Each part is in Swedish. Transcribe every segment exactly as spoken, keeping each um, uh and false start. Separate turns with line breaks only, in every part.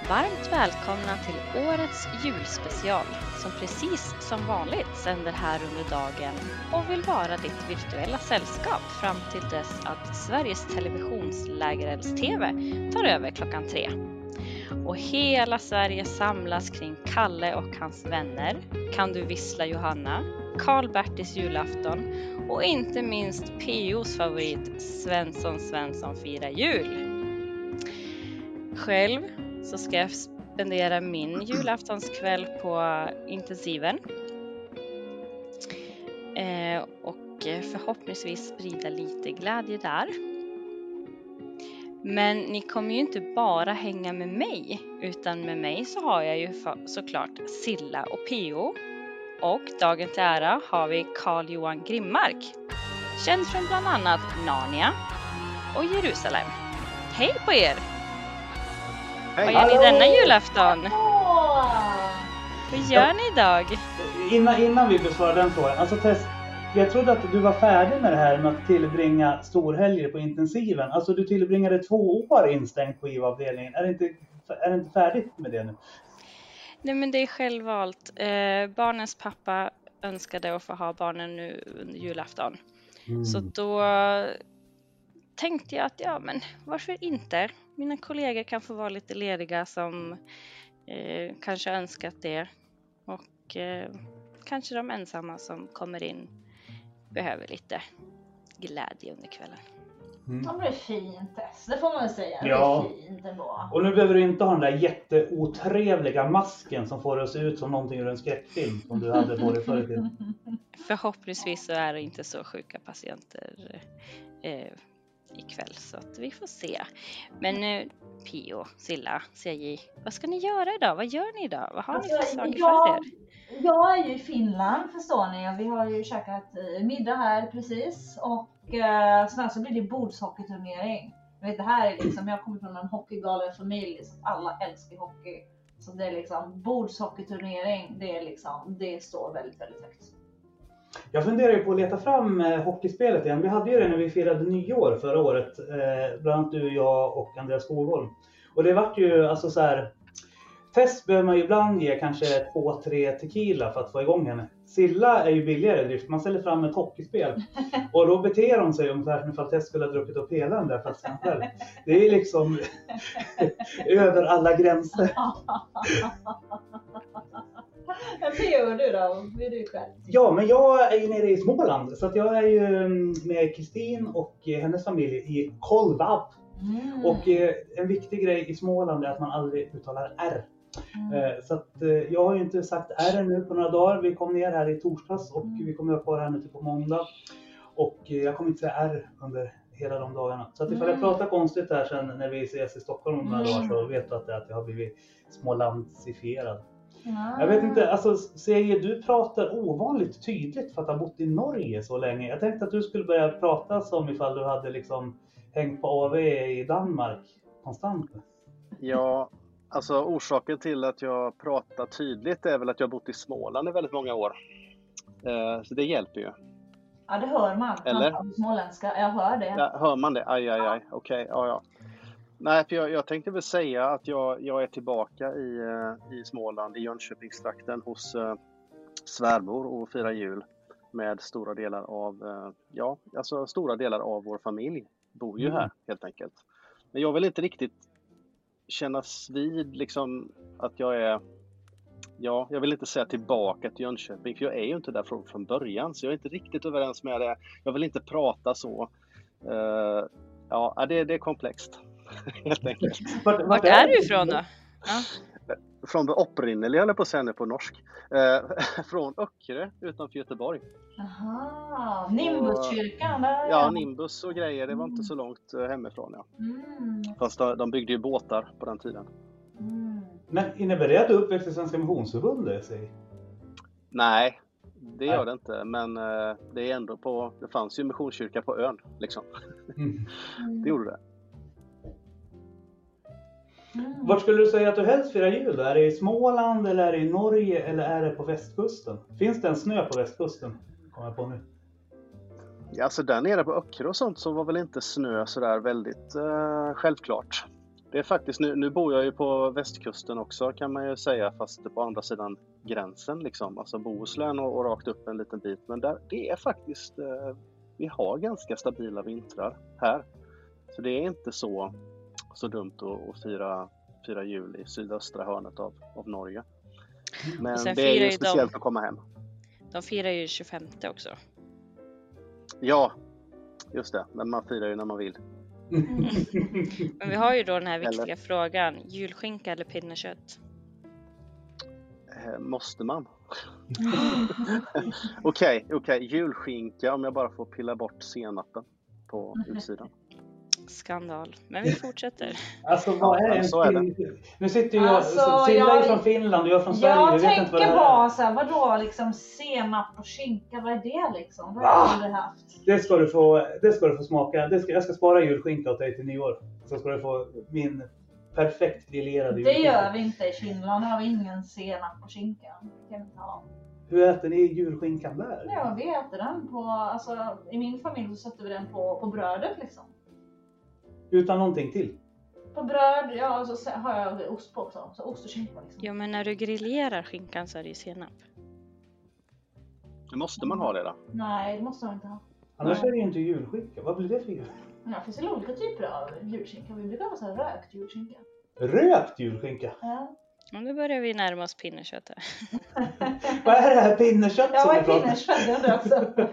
Varmt välkomna till årets julspecial som precis som vanligt sänder här under dagen och vill vara ditt virtuella sällskap fram till dess att Sveriges Televisionslägerelds-T V tar över klockan tre. Och hela Sverige samlas kring Kalle och hans vänner, Kan du vissla Johanna, Karl-Bertis julafton och inte minst P O:s favorit Svensson Svensson firar jul. Själv så ska jag spendera min julaftonskväll på intensiven. Eh, och förhoppningsvis sprida lite glädje där. Men ni kommer ju inte bara hänga med mig, utan med mig så har jag ju såklart Silla och P O. Och dagen till ära har vi Carl Johan Grimmark, känd från bland annat Narnia och Jerusalem. Hej på er!
Hej.
Vad gör
Hallå.
ni denna julafton? Vad gör ni idag?
Innan, innan vi besvarar den frågan, alltså Tess, jag trodde att du var färdig med det här med att tillbringa storhelger på intensiven. Alltså du tillbringade två år instängt på I V-avdelningen. Är det inte, är det inte färdigt med det nu?
Nej, men det är självvalt. Eh, barnens pappa önskade att få ha barnen nu under julafton. Mm. Så då tänkte jag att ja, men varför inte? Mina kollegor kan få vara lite lediga som eh, kanske önskat det. Och eh, kanske de ensamma som kommer in behöver lite glädje under kvällen.
Mm. Ja, men det är fint, det får man väl säga.
Ja.
Det är fint ändå.
Och nu behöver du inte ha den där jätteotrevliga masken som får det att se ut som någonting ur en skräckfilm som du hade på dig förr i tiden.
Förhoppningsvis så är det inte så sjuka patienter eh, ikväll, så att vi får se. Men eh, Pio, Silla, C J, vad ska ni göra idag? Vad gör ni idag? Vad har
alltså,
ni för saker
jag,
för er?
Jag är ju i Finland, förstår ni. Och vi har ju käkat middag här precis. Och eh, sen så blir det bordshockeyturnering. Jag vet, det här är liksom, jag kommer från en hockeygalen familj så alla älskar hockey. Så det är liksom bordshockeyturnering, det är liksom, det står väldigt, väldigt högt.
Jag funderar ju på att leta fram eh, hockeyspelet igen. Vi hade ju det när vi firade nyår förra året. Eh, bland annat du, jag och Andreas Skogholm. Och det vart ju alltså så här. Tess behöver man ju ibland ge kanske två, tre tequila för att få igång henne. Silla är ju billigare drift. Man ställer fram ett hockeyspel. Och då beter hon sig ungefär som ifall Tess skulle ha druckit upp hela den där flaskan själv. Det är liksom över alla gränser.
Jag ser du då, är du själv?
Ja, men jag är ju nere i Småland. Så att jag är ju med Kristin och hennes familj i Kolvab. Mm. Och eh, en viktig grej i Småland är att man aldrig uttalar R. Mm. Eh, så att eh, jag har ju inte sagt R nu på några dagar. Vi kom ner här i torsdags och mm. vi kommer upp på här nu till på måndag. Och eh, jag kommer inte säga R under hela de dagarna. Så att ifall jag pratar konstigt här sen när vi ses i Stockholm om några mm. dagar så vet du att, det, att jag har blivit smålandsifierad. Mm. Jag vet inte, alltså Seje, du pratar ovanligt tydligt för att ha bott i Norge så länge. Jag tänkte att du skulle börja prata som ifall du hade liksom hängt på A V i Danmark konstant.
Ja, alltså orsaken till att jag pratar tydligt är väl att jag har bott i Småland i väldigt många år. Eh, så det hjälper ju.
Ja, det hör man.
Eller?
Småländska, jag hör det.
Ja, hör man det? Aj, aj, aj. Okej, okay. ja, ja. Nej, för jag, jag tänkte väl säga att jag, jag är tillbaka i, i Småland, i Jönköpingstrakten hos uh, svärmor och firar jul med stora delar av, uh, ja, alltså stora delar av vår familj bor ju mm. här helt enkelt. Men jag vill inte riktigt kännas vid liksom att jag är, ja, jag vill inte säga tillbaka till Jönköping för jag är ju inte där från, från början så jag är inte riktigt överens med det. Jag vill inte prata så. Uh, ja, det, det är komplext. Helt enkelt.
Vart, vart är du ifrån då? Ja.
Från Opprinnelig eller på sen på norsk. Eh, från Öckre utanför Göteborg.
Aha, Nimbuskyrkan där.
Ja, Nimbus och grejer. Det var inte så långt hemifrån. Ja. Mm. Fast de, de byggde ju båtar på den tiden.
Mm. Men innebär det att du uppväxte i Svenska Missionsförbundet? Säg?
Nej, det gör det inte. Men eh, det är ändå på, det fanns ju missionskyrka på ön liksom. Mm. Det gjorde det.
Mm. Vart skulle du säga att du helst firar jul? Är det i Småland eller är det i Norge eller är det på västkusten? Finns det en snö på västkusten? Kommer jag på nu.
Ja, så där nere på Öckre och sånt så var väl inte snö så där väldigt uh, självklart. Det är faktiskt, nu, nu bor jag ju på västkusten också kan man ju säga, fast på andra sidan gränsen liksom. Alltså Bohuslän och, och rakt upp en liten bit. Men där, det är faktiskt, eh, vi har ganska stabila vintrar här. Så det är inte så, så dumt att, att fira, fira jul i sydöstra hörnet av, av Norge. Men det är ju speciellt de, att komma hem.
De firar ju tjugofemte också.
Ja, just det. Men man firar ju när man vill.
Mm. Men vi har ju då den här viktiga
eller,
frågan. Julskinka eller pinnekött?
Eh, måste man? Okej, okej. Okay, okay. Julskinka om jag bara får pilla bort senapen på utsidan.
Skandal. Men vi fortsätter.
Alltså vad är
så
en
är
fin... Nu sitter jag,
alltså,
Silla är
jag,
från Finland och jag är från Sverige.
Jag,
jag vet inte vad det
tänker
här
bara
är.
så här, vadå liksom senap och skinka, vad är det liksom? Vad har
Ah!
jag aldrig haft?
Det ska du få, det ska du få smaka. Det ska, jag ska spara julskinka åt dig till nyår. Så ska du få min perfekt grillerade
Det
julskinka.
gör vi inte i Finland, har vi ingen senap och skinka. Det kan vi inte ha.
Hur äter ni julskinkan där?
Ja, vi äter den på, alltså i min familj så sätter vi den på, på brödet liksom.
Utan någonting till?
På bröd, ja, och så har jag ost på också. Så ost och skinka liksom.
Jo, men när du grillerar skinkan så är det ju senap.
Måste man ha det då?
Nej, det måste man inte ha.
Annars är det ju inte julskinka. Vad blir det för jul?
Ja, det finns ju olika typer av julskinka. Vi brukar ha så här rökt julskinka.
Rökt julskinka?
Ja.
Och nu börjar vi närma oss pinnekött här.
Vad är det här pinnekött
Ja,
som
vad
vi
är
pratar om?
pinnekött? Det också.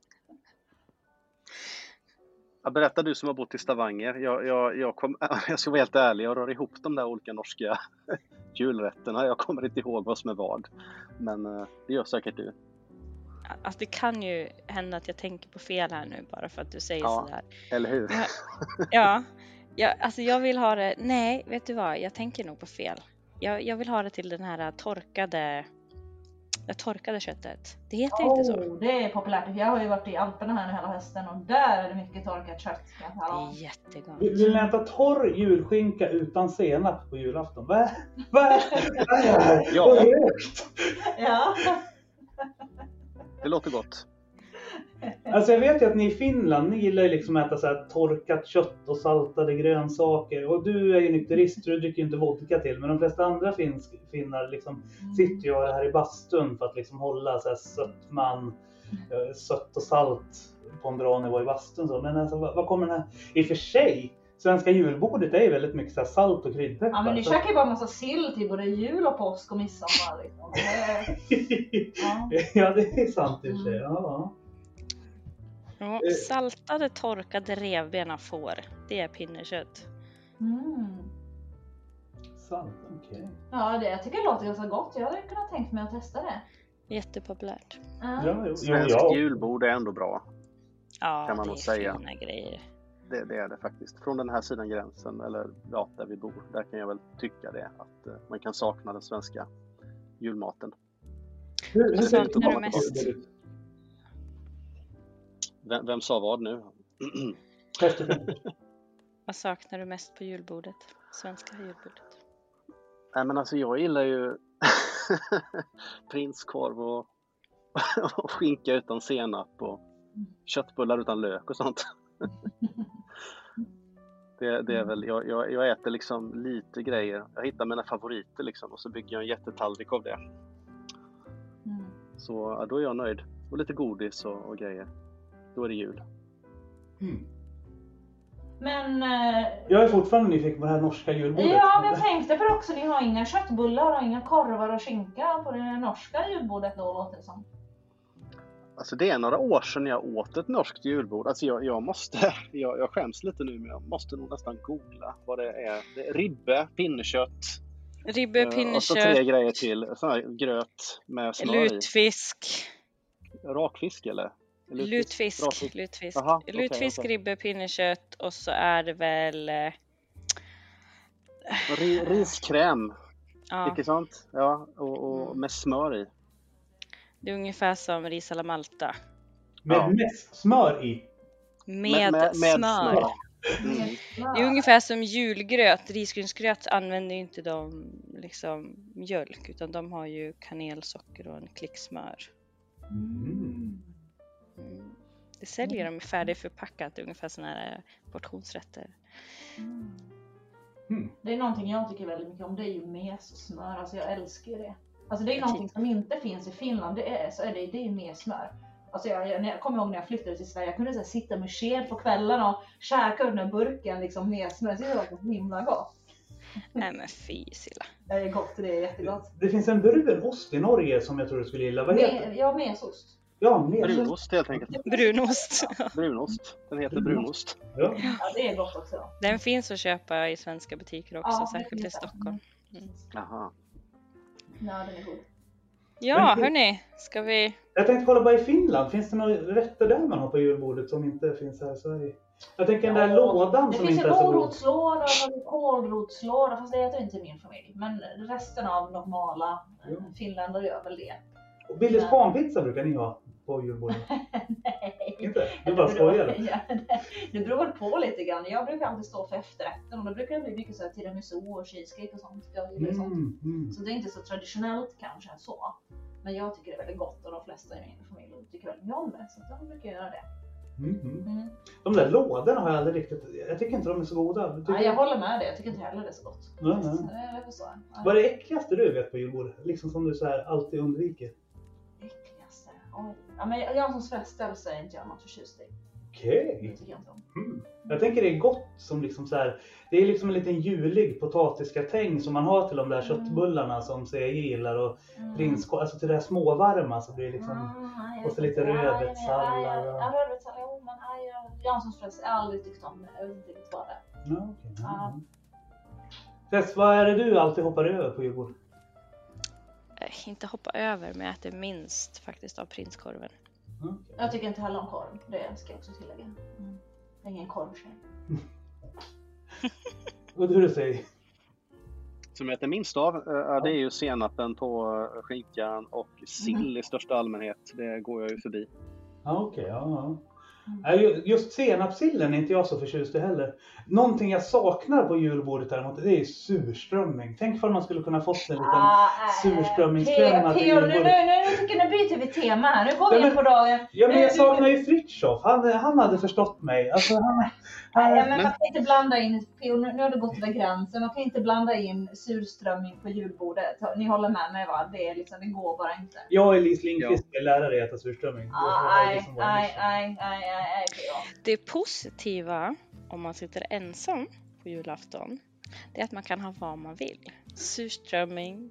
Jag berättar du som har bott i Stavanger. Jag, jag, jag, kom, jag ska vara helt ärlig, jag rör ihop de där olika norska julrätterna. Jag kommer inte ihåg vad som är vad. Men det gör säkert du.
Alltså det kan ju hända att jag tänker på fel här nu bara för att du säger
ja,
sådär.
Eller hur?
Ja, ja, ja, alltså jag vill ha det. Nej, vet du vad? Jag tänker nog på fel. Jag, jag vill ha det till den här torkade, det torkade köttet. Det heter
oh,
inte så.
Det är populärt. Jag har ju varit i Alperna här nu hela hösten och där är det mycket torkat kött.
Det är jättegott.
Vill ni äta torr julskinka utan senap på julafton? Vad är vad är det här?
Ja.
Och rökt?
Ja.
Det låter gott.
Alltså jag vet ju att ni i Finland, ni gillar ju liksom att äta så här torkat kött och saltade grönsaker. Och du är ju nykterist, du dricker ju inte vodka till. Men de flesta andra finsk, finnar liksom sitter ju här i bastun för att liksom hålla så här sötman, sött och salt på en bra nivå i bastun. Så. Men alltså vad, vad kommer den här? I och för sig, svenska julbordet är ju väldigt mycket så här salt och kryddpeppar.
Ja, men ni
så...
käkar ju bara massa sill till både jul och påsk och midsommar. Liksom. Det är... ja.
Ja, det är sant i och för sig. Ja.
Ja, saltade torkade revben av får. Det är pinnekött.
Mm.
Sant, okej. Okay.
Ja, det, jag tycker det låter ganska gott. Jag hade kunnat tänkt mig att testa det.
Jättepopulärt.
Ja.
Ja, jo,
Svenskt
ja.
julbord är ändå bra.
Ja,
kan man
det
nog
är
säga.
fina grejer.
Det, det är det faktiskt. Från den här sidan gränsen, eller ja, där vi bor, där kan jag väl tycka det. Att uh, man kan sakna den svenska julmaten.
Hur, hur
Vad
ser
saknar
det
du mest?
ut?
Vem, vem sa vad nu?
Vad saknar du mest på julbordet? Svenska julbordet.
Nej men alltså jag gillar ju prinskorv och, och skinka utan senap och köttbullar utan lök och sånt. det, det är väl, jag, jag, jag äter liksom lite grejer. Jag hittar mina favoriter liksom och så bygger jag en jättetallrik av det.
Mm.
Så ja, då är jag nöjd. Och lite godis och, och grejer. Då är det jul.
Mm.
Men... Eh,
jag är fortfarande nyfiken på det här norska julbordet.
ja, men jag tänkte på det också. Ni har inga köttbullar och inga korvar och skinka på det norska julbordet då, låter det som.
Alltså det är några år sedan jag åt ett norskt julbord. Alltså jag, jag måste, jag, jag skäms lite nu men jag måste nog nästan googla vad det är. Det är ribbe, pinnekött.
Ribbe, pinnekött.
Och så tre grejer till. Sån här gröt med smör i.
Lutfisk.
Rakfisk eller?
Lutfisk. Lutfisk. Lutfisk,
Aha, okay,
Lutfisk
okay.
Ribbe, pinnekött och så är det väl... Eh...
Riskräm.
Ja.
Icke sant? Ja, och, och med smör i.
Det är ungefär som ris alla Malta.
Med
ja.
mest smör i?
Med,
med, med, med
smör.
smör. Mm.
Det är ungefär som julgröt. Risgrynsgröt använder ju inte de liksom mjölk utan de har ju kanelsocker och en klick smör.
Mm.
Mm. Det säljer de färdigförpackat, ungefär såna här portionsrätter.
Mm.
Mm.
Det är någonting jag tycker väldigt mycket om. Det är ju mes och smör. Alltså jag älskar ju det. Alltså det är någonting som inte finns i Finland. Det är, så är det, det är ju mer smör. Alltså jag, jag, jag kommer ihåg när jag flyttade till Sverige. Jag kunde så här, sitta med sked på kvällarna och käka ur den här burken liksom, med smör. Så det var så himla gott.
Nej men fy Silla.
Det är gott, det är jättegott.
Det finns en brun ost i Norge som jag tror du skulle gilla. Vad heter
Med, ja, mesost.
Ja, mesost.
Brunost helt enkelt.
Brunost.
Brunost. Den heter brunost.
Ja.
Ja, det är gott också.
Den finns att köpa i svenska butiker också,
Ja,
särskilt i
det-
Stockholm. Mm.
Jaha.
Ja, den är god.
Ja,
Men-
hörni, ska vi...
Jag tänkte kolla bara i Finland. Finns det några rätter där man har på julbordet som inte finns här i Sverige? Jag tänker den där
Ja,
lådan
Det
som
finns
inte
en
är så god.
morotslåda och kålrotslåda, fast det äter inte min familj. Men resten av normala
Ja.
finländare gör väl det.
Och Billys panpizza brukar ni ha på julbordet.
Nej.
Inte? Du bara
Det beror-
skojar.
Ja, det- det beror på lite grann. Jag brukar alltid stå för efterrätten och då brukar det bli mycket så här tiramisu och cheesecake och sånt. Jag gillar sånt.
Mm, mm.
Så det är inte så traditionellt kanske så. Men jag tycker det är väldigt gott och de flesta i min familj tycker väldigt mycket om det. Så de brukar göra det.
Mm, mm.
Mm.
De där lådorna har jag aldrig riktigt... Jag tycker inte de är så goda. Du tycker...
Ja, jag håller med dig. Jag tycker inte heller det är så gott.
Nej, nej.
Så det är väl så. Ja.
Vad är det äckligaste du vet på julbordet? Liksom som du så här alltid undviker.
Äckligaste? Oj. Ja, men jag som svästelse är inte jag något förtjust i.
Okej.
Det tycker jag inte om.
Mm. Jag tänker det är gott som liksom så här. Det är liksom en liten julig potatisgratäng som man har till de där
Mm.
köttbullarna som C J gillar och
Mm.
prinskorv. Alltså till det där småvarma så blir det liksom...
Ah, jag
och så
vet
lite
inte. Ja,
rödbetssallad
Ja,
och-
ja, ja, rödbetssallad. Jo, men ja, jag, jag som svästelse jag har aldrig tyckt om det. Jag vet inte riktigt vad det är.
Ja, okej.
Ja.
Mm. Tess, vad är det du alltid hoppar över på julbord?
Eh, inte hoppa över, men jag äter minst faktiskt av prinskorven.
Mm.
Jag tycker inte heller om korv. Det ska jag också tillägga. Mm. Jag är ingen korvtjej.
Och du säger?
Som jag äter minst av, eh, det är ju senapen på eh, skinkan och sill i största allmänhet. Det går jag ju förbi.
Ja, okej. Ja, ja.
Mm.
Nej, ju- just senapsillen är inte jag så förtjust i heller. Någonting jag saknar på julbordet däremot, det är surströmming. Tänk om man skulle kunna fått en liten...
Ah,
surströmmingsklämma till
Theo, nu, nu,
julbordet.
nu, nu, tycker jag nu byter vi tema här. Nu går
Ja,
vi
men-
in på dagen.
Ja, men jag
Nu-
saknar ju Fritjof. Han, han hade förstått mig. Alltså, han, han,
Nej, men
Men-
man kan inte blanda in, Theo, nu, nu har det gått över gränsen. Man kan inte blanda in surströmming på julbordet. Ni håller med mig va? Det, är liksom, det går bara inte.
jag och Elise Lindqvist är lärare i att äta surströmming. Det
Ah,
var
Nej,
liksom vår
nej,
mission.
nej, nej, nej, Theo.
Det positiva om man sitter ensam på julafton, det är att man kan ha vad man vill. Surströmming,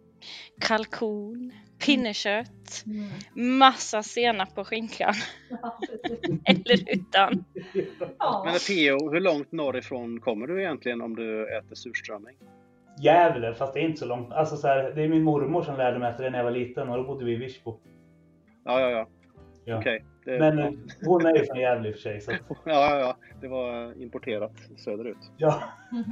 kalkon, pinnekött,
Mm.
massa senap på skinkan.
Ja, precis.
Eller utan.
Ja.
Men Theo, hur långt norrifrån kommer du egentligen om du äter surströmming?
Gävle, fast det är inte så långt. Alltså, så här, det är min mormor som lärde mig efter det när jag var liten och då bodde vi i Virsbo.
Ja, ja, ja.
Ja.
Okej. Det-
Men
ja.
eh, hon är ju från Gävle i och för sig. Så,
Ja, ja, ja. Det var importerat söderut.
ja.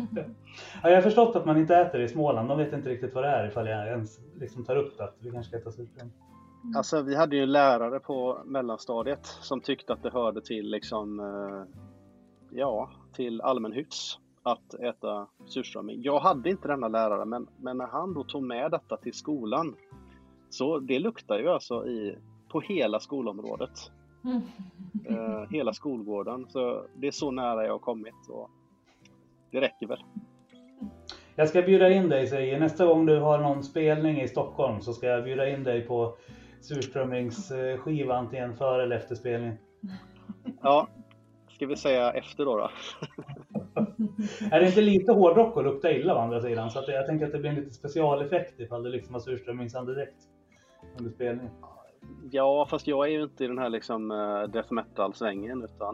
Ja, jag har förstått att man inte äter i Småland. De vet inte riktigt vad det är ifall jag ens liksom tar upp det. Att vi kanske ska äta surströmming.
Alltså, vi hade ju lärare på mellanstadiet som tyckte att det hörde till liksom, eh, ja, till allmän hyfs att äta surströmming. Jag hade inte denna lärare, men, men när han då tog med detta till skolan, så det luktar ju alltså i, på hela skolområdet.
Mm.
Eh, hela skolgården. Så det är så nära jag har kommit. Och det räcker väl.
Jag ska bjuda in dig, säger nästa gång du har någon spelning i Stockholm så ska jag bjuda in dig på surströmmingsskiva antingen före eller efter spelningen.
Ja, ska vi säga efter då då?
Är det inte lite hårdrock att lukta illa å andra sidan? Så att jag tänker att det blir en lite specialeffekt ifall det liksom har surströmmingsandedräkt under spelningen.
Ja, fast jag är ju inte i den här liksom uh, death metal-svängen utan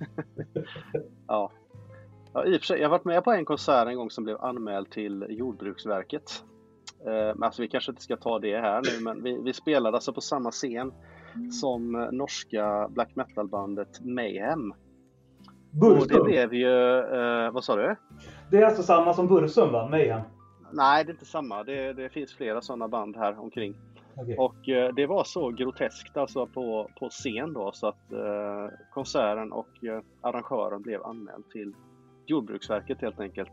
ja. Ja, i och för sig, jag har varit med på en konsert en gång som blev anmäld till Jordbruksverket. Uh, men alltså vi kanske inte ska ta det här nu, men vi, vi spelade alltså på samma scen som uh, norska black metal-bandet Mayhem. Och det
Bursum.
blev ju, uh, vad sa du?
Det är alltså samma som Bursum, va? Mayhem.
Nej, det är inte samma. Det, det finns flera sådana band här omkring.
Okej.
Och eh, det var så groteskt alltså på, på scen då, så att eh, konserten och eh, arrangören blev anmäld till Jordbruksverket helt enkelt.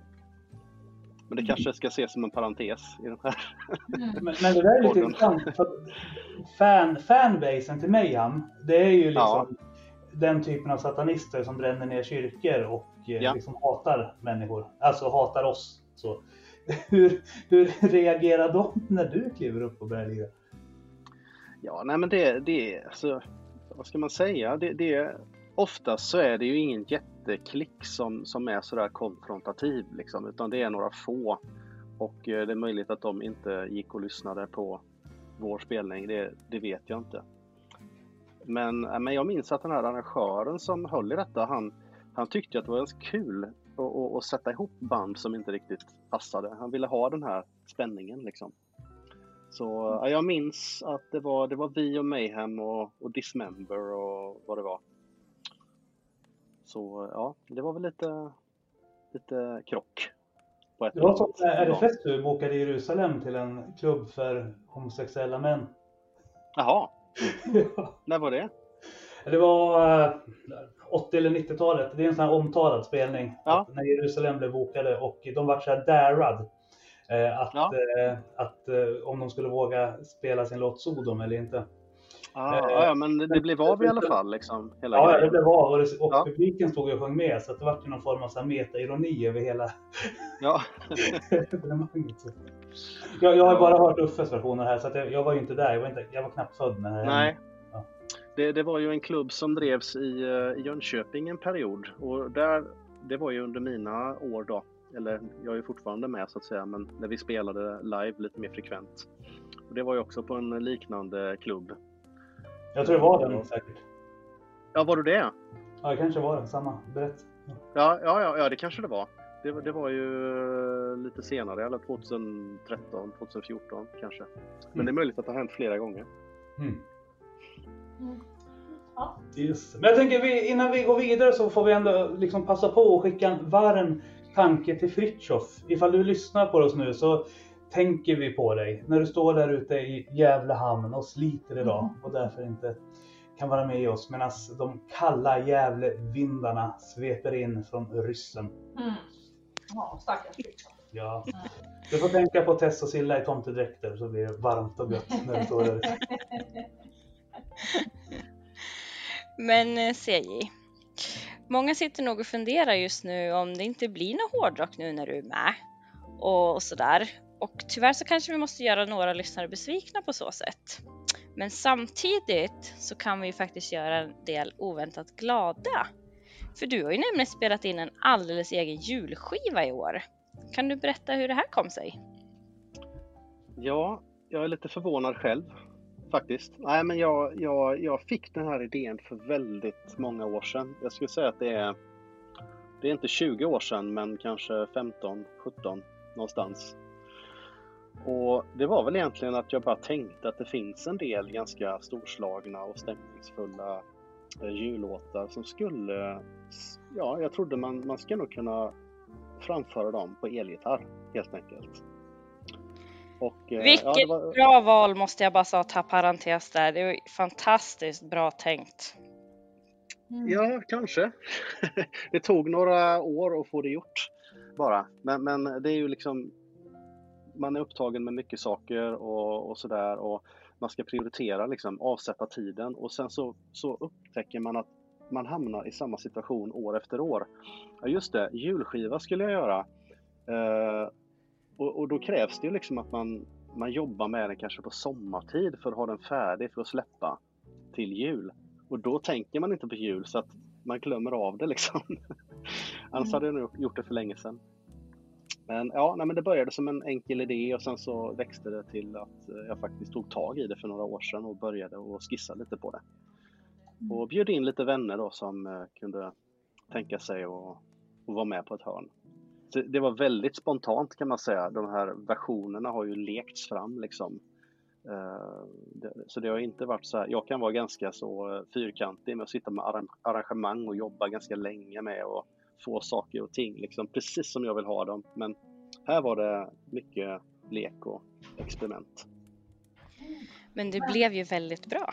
Men det kanske ska ses som en parentes i den här.
Mm.
Men, men det där är lite
Podden.
intressant. För fan, fanbasen till Mayhem, det är ju liksom... den typen av satanister som bränner ner kyrkor och eh,
Ja.
liksom hatar människor. Alltså hatar oss. Så. hur, hur reagerar de när du kliver upp och börjar lira?
Ja, nej men det, det är, alltså, vad ska man säga? Det, det, oftast så är det ju ingen jätteklick som, som är sådär konfrontativ liksom, utan det är några få. Och eh, det är möjligt att de inte gick och lyssnade på vår spelning, det, det vet jag inte. Men, äh, men jag minns att den här arrangören som höll i detta, han, han tyckte att det var ganska kul att, att, att sätta ihop band som inte riktigt passade. Han ville ha den här spänningen liksom. Så ja, jag minns att det var, det var vi och Mayhem och, och Dismember och vad det var. Så ja, det var väl lite, lite krock. På ett
Det var som
sätt.
R F S du bokade i Jerusalem till en klubb för homosexuella män.
Jaha,
Ja.
när var det?
Det var eh, åttio- eller nittiotalet. Det är en sån här omtalad spelning.
Ja.
Att när Jerusalem blev bokade och de var så här darad. Eh, att
Ja.
eh, att eh, om de skulle våga spela sin låt Sodom eller inte.
Ah,
Eh,
ja, men det, det blev av i alla fall liksom. Hela
Ja,
grejen.
det blev av och, det, och
Ja.
publiken stod och sjöng med. Så att det var ju någon form av så här meta-ironi över hela
Ja.
evenemanget. Så. Jag, jag har bara hört Uffes versioner här så att jag, jag var ju inte där. Jag var, inte, jag var knappt född när det här
Nej.
hände. Ja.
Det, det var ju en klubb som drevs i, eh, i Jönköping en period. Och där, det var ju under mina år då. Eller jag är ju fortfarande med så att säga. Men när vi spelade live lite mer frekvent. Och det var ju också på en liknande klubb.
Jag tror det var den säkert.
Ja, var du det?
Ja, det kanske var den. Samma. Berätt. Ja.
Ja, ja, ja, ja det kanske det var. Det, var- det var ju lite senare, eller tjugohundratretton, tjugohundrafjorton kanske. Men
Mm.
det är möjligt att det har hänt flera gånger.
Mm.
Mm. Ja.
Just. Men jag tänker vi, innan vi går vidare så får vi ändå liksom passa på att skicka en varm tanke till Fritiof. Ifall du lyssnar på oss nu så tänker vi på dig. När du står där ute i Gävle hamn och sliter idag och därför inte kan vara med oss medan de kalla Gävlevindarna sveper in från ryssen.
Mm. Ja, stackars Fritiof.
Ja. Du får tänka på Tess och Silla i tomtedräkter så blir det varmt och gött när du står där ute.
Men eh, C J, många sitter nog och funderar just nu om det inte blir någon hårdrock nu när du är med och, och sådär. Och tyvärr så kanske vi måste göra några lyssnare besvikna på så sätt. Men samtidigt så kan vi ju faktiskt göra en del oväntat glada. För du har ju nämligen spelat in en alldeles egen julskiva i år. Kan du berätta hur det här kom sig?
Ja, jag är lite förvånad själv faktiskt. Nej, men jag, jag, jag fick den här idén för väldigt många år sedan. Jag skulle säga att det är, det är inte tjugo år sedan, men kanske femton, sjutton någonstans. Och det var väl egentligen att jag bara tänkte att det finns en del ganska storslagna och stämningsfulla eh, jullåtar som skulle, ja, jag trodde man, man ska nog kunna framföra dem på elgitarr helt enkelt. Och, eh,
Vilket
ja, det var,
bra val måste jag bara säga, ta parentes där. Det är fantastiskt bra tänkt.
Mm.
ja, kanske. Det tog några år att få det gjort bara. Men, men det är ju liksom, man är upptagen med mycket saker och, och sådär. Och man ska prioritera, liksom, avsätta tiden. Och sen så, så upptäcker man att man hamnar i samma situation år efter år. Ja, just det, julskiva skulle jag göra. Eh, och, och då krävs det ju liksom att man, man jobbar med den kanske på sommartid för att ha den färdig för att släppa till jul. Och då tänker man inte på jul så att man glömmer av det liksom. Annars hade jag nog gjort det för länge sedan. Men ja, nej, men det började som en enkel idé och sen så växte det till att jag faktiskt tog tag i det för några år sedan och började att skissa lite på det. Och bjöd in lite vänner då som eh, kunde tänka sig att, att vara med på ett hörn. Så det var väldigt spontant kan man säga. De här versionerna har ju lekts fram liksom. Eh, det, så det har inte varit så här. Jag kan vara ganska så eh, fyrkantig med att sitta med arran- arrangemang och jobba ganska länge med att få saker och ting liksom precis som jag vill ha dem. Men här var det mycket lek och experiment.
Men det blev ju väldigt bra.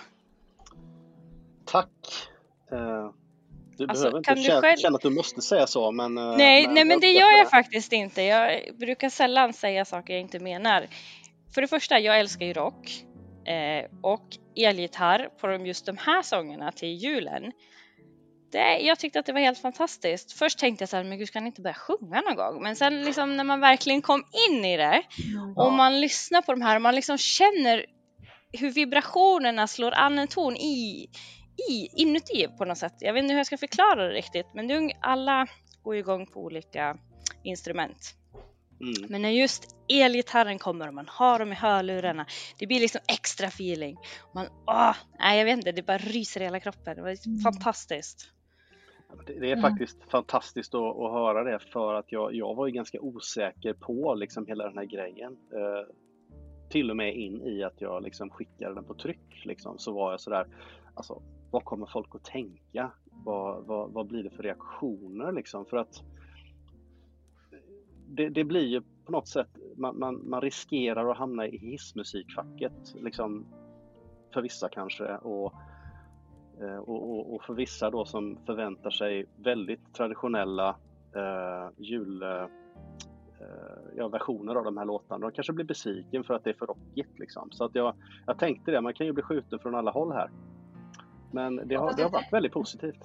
Tack! Eh, du
Alltså,
behöver inte
kan du
känna,
själv-
känna att du måste säga så, men... eh,
Nej, nej men det
uppskattar
gör jag faktiskt inte. Jag brukar sällan säga saker jag inte menar. För det första, jag älskar ju rock. Eh, och elgitarr på de, just de här sångerna till julen. Det, jag tyckte att det var helt fantastiskt. Först tänkte jag så här, men gud, ska han inte börja sjunga någon gång? Men sen liksom när man verkligen kom in i det
Mm.
och man lyssnar på de här och man liksom känner hur vibrationerna slår an en ton i, i inuti på något sätt. Jag vet inte hur jag ska förklara det riktigt, men det är, alla går igång på olika instrument.
Mm.
Men när just elgitarren kommer och man har dem i hörlurarna, det blir liksom extra feeling. Man, åh, nej jag vet inte, det bara ryser i hela kroppen. Det var
Mm.
fantastiskt.
Det, det är
Mm.
faktiskt fantastiskt att, att höra det, för att jag, jag var ju ganska osäker på liksom hela den här grejen. Eh, till och med in i att jag liksom skickade den på tryck liksom, så var jag sådär, alltså vad kommer folk att tänka? Vad, vad, vad blir det för reaktioner liksom? För att det, det blir ju på något sätt, man, man, man riskerar att hamna i hissmusikfacket liksom, för vissa kanske, och, och, och, och för vissa då som förväntar sig väldigt traditionella eh, jul eh, ja, versioner av de här låtarna. De kanske blir besviken för att det är för rockigt liksom. Så att jag, jag tänkte det, man kan ju bli skjuten från alla håll här. Men det har, det har varit väldigt positivt.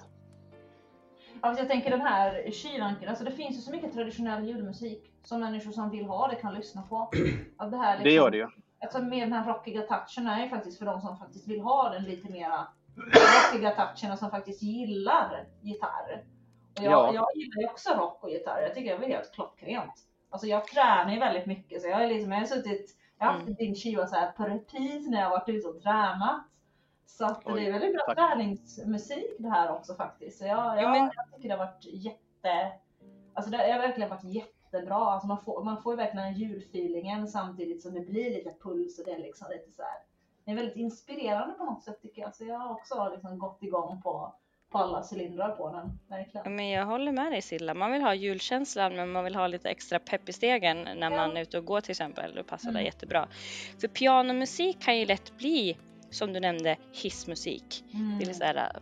Alltså jag tänker den här skivanken, alltså det finns ju så mycket traditionell julmusik som människor som vill ha det kan lyssna på. Att det, här liksom,
Det gör det ju.
Alltså med den här rockiga touchen är ju faktiskt för de som faktiskt vill ha den lite mera rockiga touchen och som faktiskt gillar gitarr. Och jag,
Ja.
jag gillar ju också rock och gitarr, jag tycker det är helt klockrent. Alltså jag tränar ju väldigt mycket, så jag har liksom, jag har suttit, jag har haft
Mm.
din skiva så här på repeat när jag har varit ute och tränat. Så att
Oj,
det är väldigt bra
tack.
träningsmusik det här också faktiskt. Så jag, jag,
Jo, men-
jag tycker det har varit jätte, alltså det har verkligen varit jättebra. Alltså man får, man får ju verkligen julfeelingen samtidigt som det blir lite puls och det är liksom lite så här. Det är väldigt inspirerande på något sätt tycker jag. Så jag har också liksom gått igång på, på alla cylindrar på den, verkligen.
Men jag håller med dig Silla. Man vill ha julkänslan, men man vill ha lite extra pepp i stegen när
Ja.
man är ute och går till exempel. Då passar det
Mm.
jättebra. För pianomusik kan ju lätt bli, som du nämnde, hissmusik.
Mm.
Det är så här äh,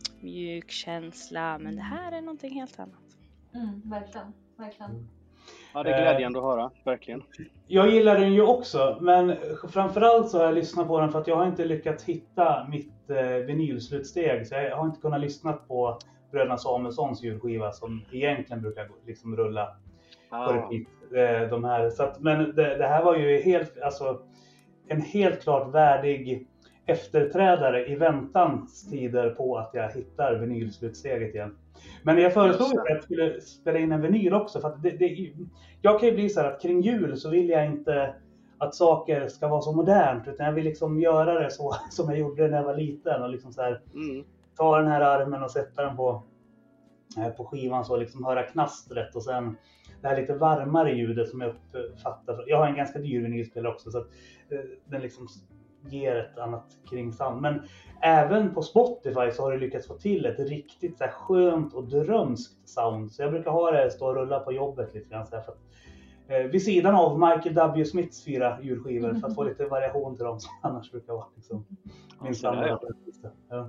mjuk känsla, men det här är någonting helt annat.
Mm, verkligen, verkligen.
Ja, det är glädjande att höra, verkligen.
Jag gillar den ju också, men framförallt så har jag lyssnat på den för att jag har inte lyckats hitta mitt eh, vinylslutsteg. Så jag har inte kunnat lyssna på Bröderna Samuelssons julskiva som egentligen brukar liksom rulla på
Ah,
repeat. Eh, de här. Så att, men det, det här var ju helt, alltså, en helt klart värdig efterträdare i väntans tider på att jag hittar vinylslutsteget igen. Men jag föreslog
Just det.
att jag skulle spela in en vinyl också. För att det, det, jag kan ju bli så här att kring jul så vill jag inte att saker ska vara så modernt. Utan jag vill liksom göra det så som jag gjorde när jag var liten. Och liksom så här,
mm.
ta den här armen och sätta den på, eh, på skivan så liksom höra knastret. Och sen det här lite varmare ljudet som jag uppfattar. Jag har en ganska dyr vinylspelare också. Så att eh, den liksom ger ett annat kringsound. Men även på Spotify så har det lyckats få till ett riktigt så här skönt och drömskt sound. Så jag brukar ha det stå och rulla på jobbet lite grann. Så här för att, eh, vid sidan av Michael W. Smiths fyra julskivor för att få lite variation till dem som annars brukar vara liksom, min
så där, ja.
standard. Ja.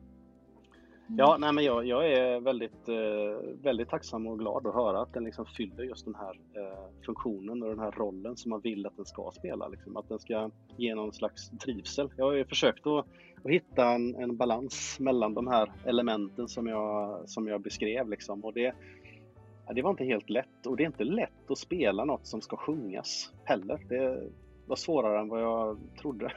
Ja, nej, men jag, jag är väldigt, eh, väldigt tacksam och glad att höra att den liksom fyller just den här eh, funktionen och den här rollen som man vill att den ska spela. Liksom. Att den ska ge någon slags trivsel. Jag har ju försökt att, att hitta en, en balans mellan de här elementen som jag, som jag beskrev. Liksom. Och det, ja, det var inte helt lätt. Och det är inte lätt att spela något som ska sjungas heller. Det var svårare än vad jag trodde.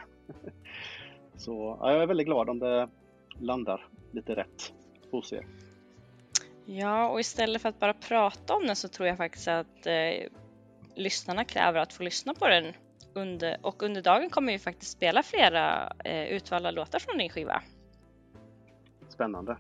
Så ja, jag är väldigt glad om det landar lite rätt hos er.
Ja, och istället för att bara prata om den så tror jag faktiskt att eh, lyssnarna kräver att få lyssna på den. Under, och under dagen kommer vi faktiskt spela flera eh, utvalda låtar från din skiva.
Spännande.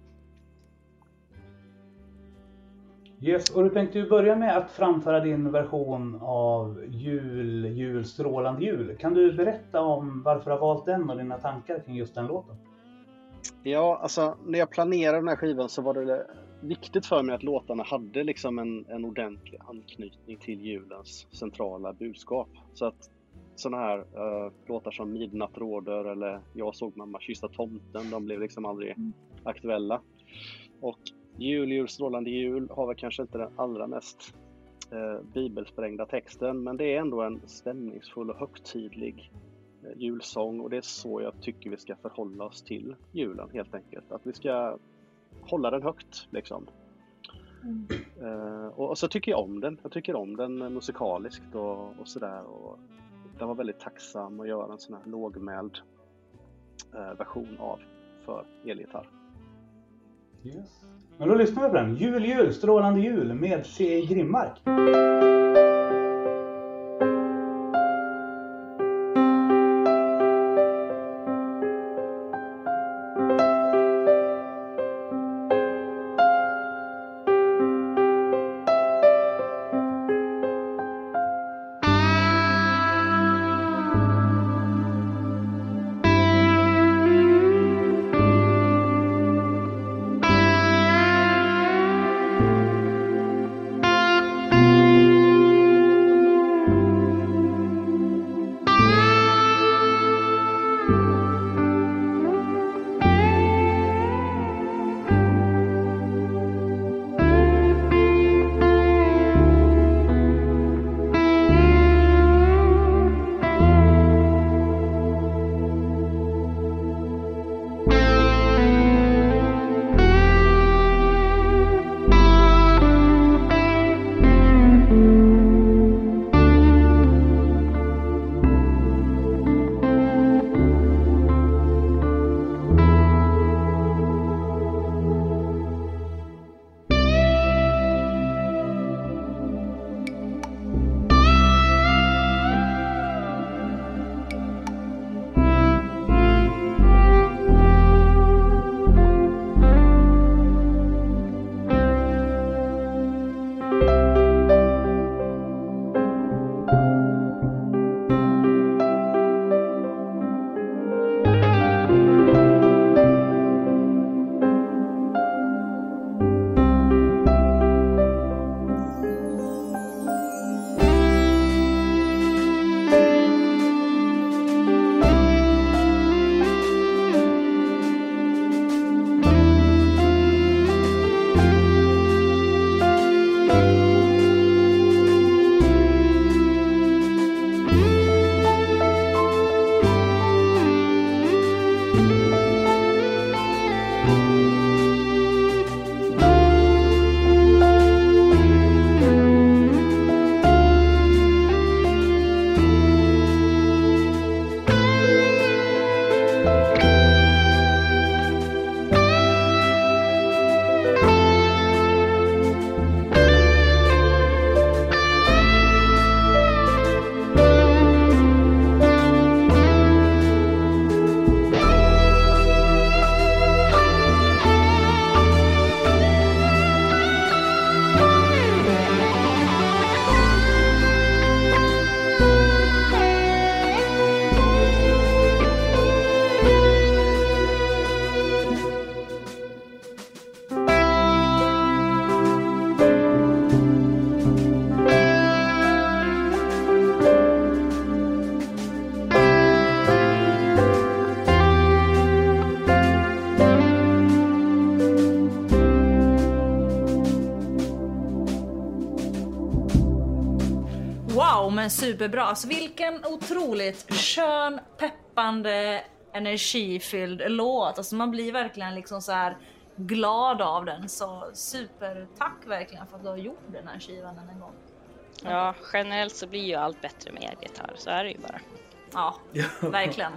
Yes, och du tänkte ju börja med att framföra din version av Jul, jul, strålande jul. Kan du berätta om varför du har valt den och dina tankar kring just den låten?
Ja, alltså när jag planerade den här skivan så var det viktigt för mig att låtarna hade liksom en, en ordentlig anknytning till julens centrala budskap. Så att sådana här uh, låtar som Midnatt råder eller Jag såg mamma kyssa tomten, de blev liksom aldrig mm. aktuella. Och Jul, jul, strålande jul har väl kanske inte den allra mest uh, bibelsprängda texten, men det är ändå en stämningsfull och högtidlig julsång, och det är så jag tycker vi ska förhålla oss till julen helt enkelt. Att vi ska hålla den högt liksom.
Mm.
Uh, och, och så tycker jag om den. Jag tycker om den musikaliskt och, och sådär. Och den var väldigt tacksam att göra en sån här lågmäld uh, version av för elgitarr.
Yes. Men då lyssnar vi på den. Jul, jul, strålande jul med C. Grimmark.
Wow, men superbra. Alltså vilken otroligt skön, peppande, energifylld låt. Alltså man blir verkligen liksom så här glad av den. Så supertack verkligen för att du har gjort den här skivan en gång.
Ja, generellt så blir ju allt bättre med elgitarr. Så är det ju bara.
Ja, verkligen.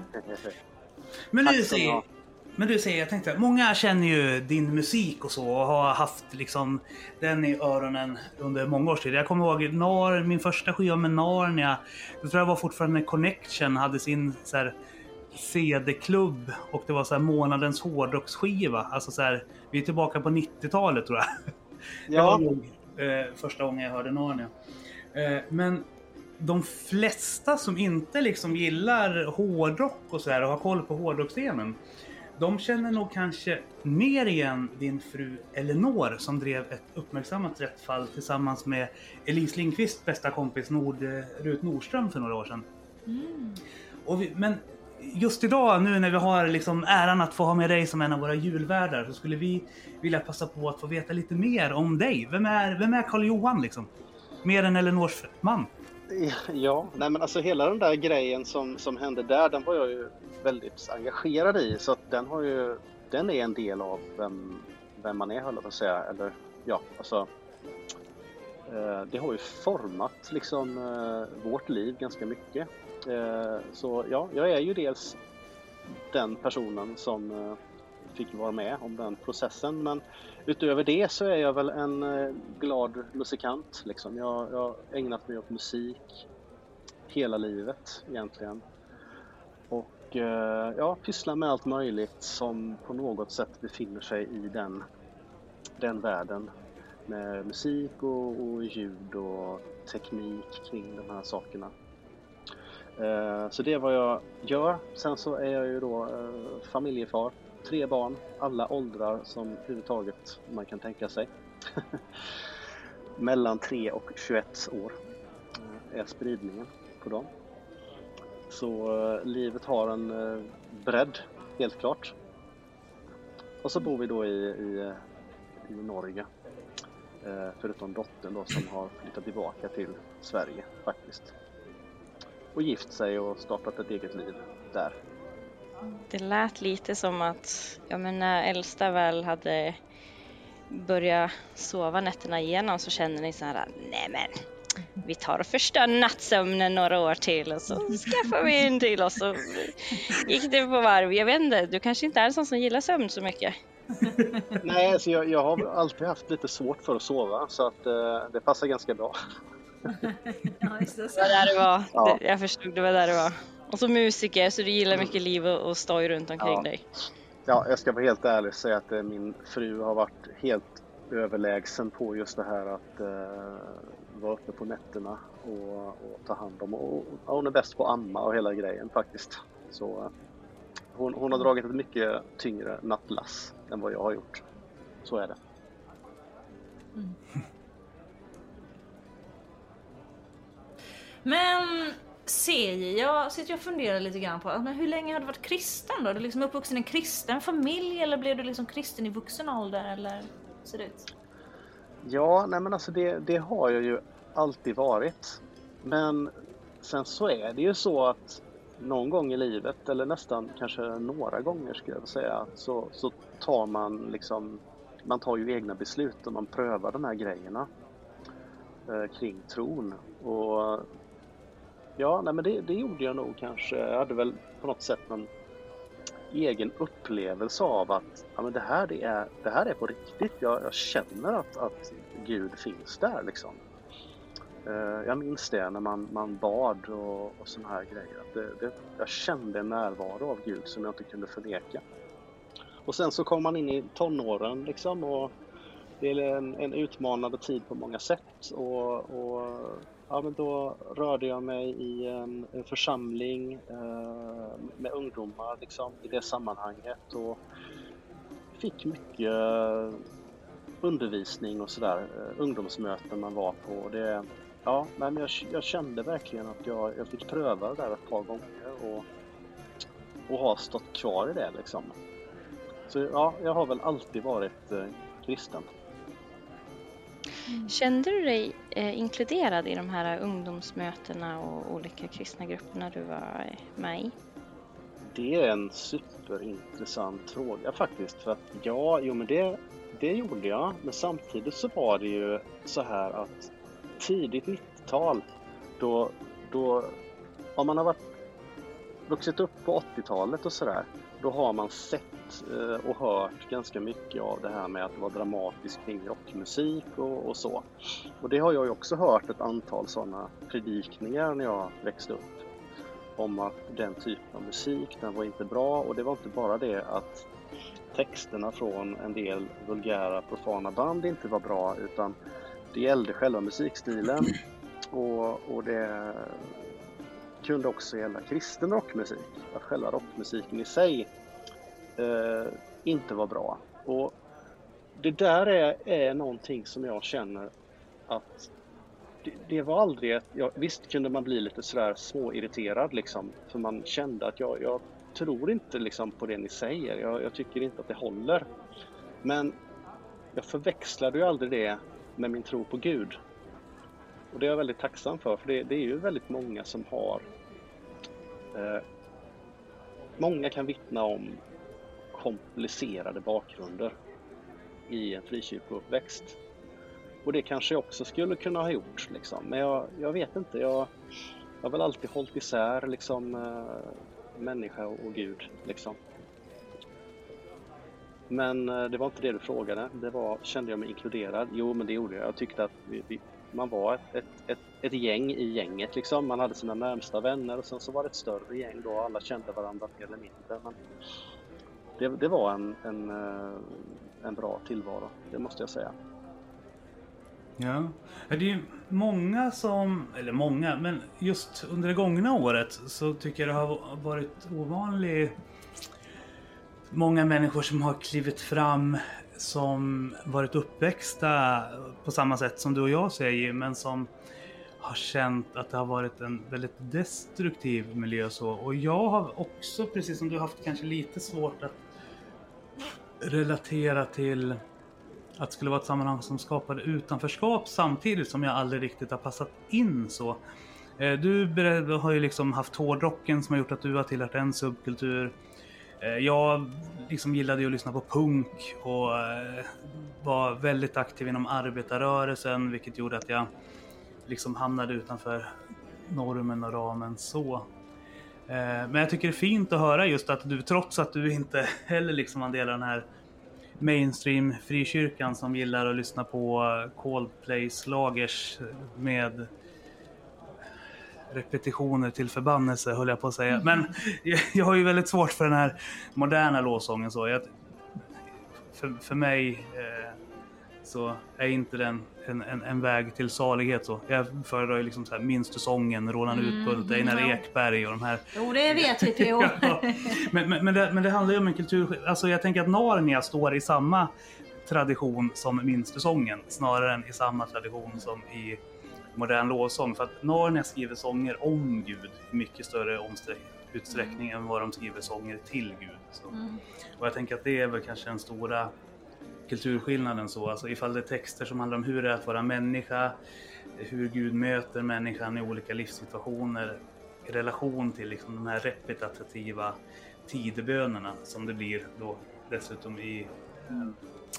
Men du säger, men du säger, jag tänkte, många känner ju din musik och så och har haft liksom den i öronen under många års tid. Jag kommer ihåg Nar, min första skiva med Narnia. Jag tror jag var fortfarande Connection, hade sin så här C D-klubb och det var så här månadens hårdrocksskiva. Alltså så här, vi är tillbaka på nittiotalet tror jag. Ja. Det var nog eh, första gången jag hörde Narnia. Eh, men de flesta som inte liksom gillar hårdrock och så här och har koll på hårdrockscenen, de känner nog kanske mer igen din fru Eleanor som drev ett uppmärksammat rättsfall tillsammans med Elise Lindqvists bästa kompis Nord, Rut Nordström för några år sedan. Mm. Och vi, men just idag nu när vi har liksom äran att få ha med dig som en av våra julvärdar så skulle vi vilja passa på att få veta lite mer om dig. Vem är, vem är Karl Johan liksom? Mer än Eleanors man?
Ja, nej men alltså hela den där grejen som, som hände där, den var jag ju väldigt engagerad i, så att den har ju, den är en del av vem, vem man är, höll jag på att säga. Eller, ja, alltså, eh, det har ju format liksom, eh, vårt liv ganska mycket. Eh, så ja, jag är ju dels den personen som eh, fick vara med om den processen. Men utöver det så är jag väl en eh, glad musikant. Liksom. Jag jag har ägnat mig åt musik hela livet egentligen. Och eh, ja, pysslar med allt möjligt som på något sätt befinner sig i den, den världen. Med musik och, och ljud och teknik kring de här sakerna. Eh, så det är vad jag gör. Sen så är jag ju då eh, familjefar. Tre barn, alla åldrar som överhuvudtaget man kan tänka sig. Mellan tre och tjugoett år eh, är spridningen på dem. Så eh, livet har en eh, bredd, helt klart. Och så bor vi då i, i, i Norge. Eh, förutom dottern då som har flyttat tillbaka till Sverige faktiskt. Och gift sig och startat ett eget liv där.
Det lät lite som att ja, men när äldsta väl hade börjat sova nätterna igenom så kände ni så här, nej men vi tar och förstör nattsömnen några år till och så skaffar vi en till och så gick det på varv. Jag vet inte, du kanske inte är en sån som gillar sömn så mycket.
Nej, alltså jag, jag har alltid haft lite svårt för att sova så att eh, det passar ganska bra.
Ja, just det.
Det var där det var.
Ja.
Jag förstod, det var där det var. Och så musiker, så du gillar mycket liv och, och stoj runt omkring
Ja.
dig.
Ja, jag ska vara helt ärlig och säga att eh, min fru har varit helt överlägsen på just det här att eh, vara uppe på nätterna och, och ta hand om. Och, och hon är bäst på att amma och hela grejen faktiskt. Så eh, hon, hon har dragit ett mycket tyngre nattlass än vad jag har gjort. Så är det.
Mm. Men C J, jag sitter och funderar lite grann på men hur länge har du varit kristen då? Är du liksom uppvuxen i en kristen familj eller blev du liksom kristen i vuxen ålder eller ser det ut?
Ja, nej men alltså det, det har jag ju alltid varit. Men sen så är det ju så att någon gång i livet, eller nästan kanske några gånger skulle jag säga, så, så tar man liksom, man tar ju egna beslut och man prövar de här grejerna eh, kring tron. Och ja, nej men det, det gjorde jag nog kanske. Jag hade väl på något sätt en egen upplevelse av att ja, men det, här, det, är, det här är på riktigt. Jag, jag känner att, att Gud finns där liksom. Uh, jag minns det när man, man bad och, och såna här grejer. Att det, det, jag kände en närvaro av Gud som jag inte kunde förneka. Och sen så kom man in i tonåren liksom och det är en, en utmanande tid på många sätt. Och, och ja, men då rörde jag mig i en, en församling eh, med ungdomar liksom, i det sammanhanget och fick mycket undervisning och sådär, ungdomsmöten man var på. Det, ja, men jag, jag kände verkligen att jag, jag fick pröva det där ett par gånger och, och har stått kvar i det liksom. Så ja, jag har väl alltid varit eh, kristen.
Kände du dig eh, inkluderad i de här ungdomsmötena och olika kristna grupperna du var med i?
Det är en superintressant fråga faktiskt. För att ja, jo men det, det gjorde jag. Men samtidigt så var det ju så här att tidigt nittiotal, då, då om man har varit, vuxit upp på åttiotalet och sådär, då har man sett och hört ganska mycket av det här med att det var dramatiskt kring rockmusik och, och så. Och det har jag ju också hört ett antal sådana predikningar när jag växte upp. Om att den typen av musik, den var inte bra. Och det var inte bara det att texterna från en del vulgära profana band inte var bra. Utan det gällde själva musikstilen. Och, och det kunde också gälla kristen rockmusik. Att själva rockmusiken i sig Eh, inte var bra. Och det där är, är någonting som jag känner att det, det var aldrig ett, ja, visst kunde man bli lite sådär småirriterad liksom, för man kände att jag, jag tror inte liksom på det ni säger, jag, jag tycker inte att det håller, men jag förväxlade ju aldrig det med min tro på Gud, och det är jag väldigt tacksam för, för det, det är ju väldigt många som har eh, många kan vittna om komplicerade bakgrunder i en frikyrkouppväxt. Och det kanske jag också skulle kunna ha gjort liksom. Men jag, jag vet inte, jag, jag har väl alltid hållit isär liksom äh, människa och, och Gud liksom. Men äh, det var inte det du frågade. Det var, kände jag mig inkluderad? Jo, men det gjorde jag. Jag tyckte att vi, vi, man var ett, ett, ett, ett gäng i gänget liksom. Man hade sina närmsta vänner och sen så var det ett större gäng då. Alla kände varandra mer eller mindre. Men det, det var en, en, en bra tillvaro, det måste jag säga.
Ja, det är ju många som, eller många, men just under det gångna året så tycker jag det har varit ovanligt många människor som har klivit fram som varit uppväxta på samma sätt som du och jag säger, men som har känt att det har varit en väldigt destruktiv miljö så. Och jag har också, precis som du, haft kanske lite svårt att relatera till att det skulle vara ett sammanhang som skapade utanförskap samtidigt som jag aldrig riktigt har passat in så. Du har ju liksom haft hårdrocken som har gjort att du har tillhört en subkultur. Jag liksom gillade ju att lyssna på punk och var väldigt aktiv inom arbetarrörelsen, vilket gjorde att jag liksom hamnade utanför normen och ramen så. Men jag tycker det är fint att höra just att du, trots att du inte heller liksom var en del av den här mainstream frikyrkan som gillar att lyssna på Coldplay slagers med repetitioner till förbannelse, höll jag på att säga. Mm. Men jag, jag har ju väldigt svårt för den här moderna lovsången så. Jag, för, för mig eh, så är inte den en, en, en väg till salighet så. Jag föredrar ju liksom så här Minstersången, Roland mm, Utbult, Einar ja. Ekberg och de här.
Jo, det vet vi P O.
Ja, men, men, men, det, men det handlar ju om en kultur. Alltså jag tänker att Narnia står i samma tradition som Minstersången snarare än i samma tradition som i modern lovsång. För att Narnia skriver sånger om Gud i mycket större utsträckning mm. än vad de skriver sånger till Gud. Så. Mm. Och jag tänker att det är väl kanske den stora kulturskillnaden så, alltså ifall det är texter som handlar om hur det är att vara människa, hur Gud möter människan i olika livssituationer i relation till liksom de här repetitiva tidebönerna som det blir då dessutom i mm.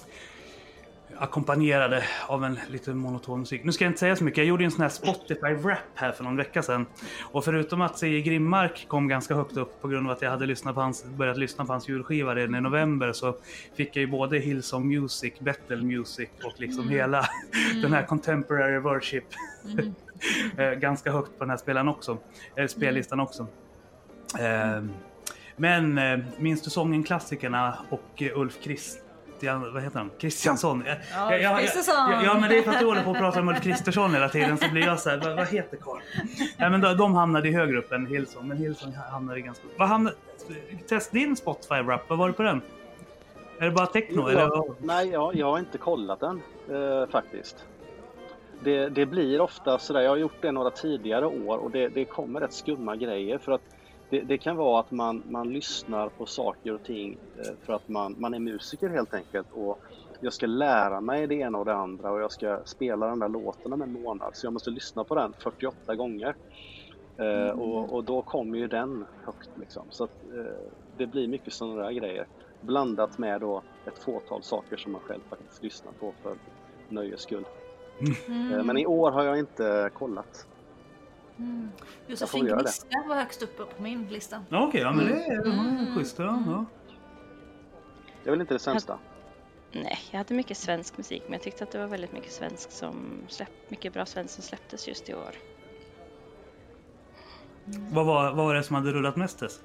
ackompanjerade av en lite monoton musik. Nu ska jag inte säga så mycket. Jag gjorde en sån här Spotify-rap här för någon vecka sedan. Och förutom att C J Grimmark kom ganska högt upp på grund av att jag hade lyssnat på hans, börjat lyssna på hans julskiva redan i november, så fick jag ju både Hillsong Music, Battle Music och liksom mm. hela mm. den här Contemporary Worship mm. ganska högt på den här spelaren också, äh, spellistan också. Mm. Men minns du sången Klassikerna och Ulf Krist vad heter han? Kristiansson. Ja,
ja, ja,
ja, ja, men det är för att du håller på att prata om Ulf Kristersson hela tiden så blir jag så här, vad, vad heter Karl? Ja, men de, de hamnade i högre upp än Hillsong, men Hillsong hamnade i ganska... Vad hamnade... Test din Spotify-rap, vad var det på den? Är det bara techno?
Ja,
eller?
Nej, jag, jag har inte kollat den eh, faktiskt. Det, det blir ofta sådär, jag har gjort det några tidigare år och det, det kommer rätt skumma grejer för att Det, det kan vara att man, man lyssnar på saker och ting för att man, man är musiker helt enkelt och jag ska lära mig det ena och det andra och jag ska spela den där låten om en månad så jag måste lyssna på den fyrtioåtta gånger mm. eh, och, och då kommer ju den högt liksom. Så att, eh, det blir mycket sådana där grejer blandat med då ett fåtal saker som man själv faktiskt lyssnar på för nöjes skull. Mm. Eh, men i år har jag inte kollat.
Mm. Josefin Gnista var högst uppe på min lista.
Okej, okay, ja men det är mm. schysst. Ja. Ja.
Jag vill inte det sämsta.
Jag, nej, jag hade mycket svensk musik, men jag tyckte att det var väldigt mycket svensk som släpp, mycket bra svensk som släpptes just i år.
Mm. Vad, var, vad var det som hade rullat mest?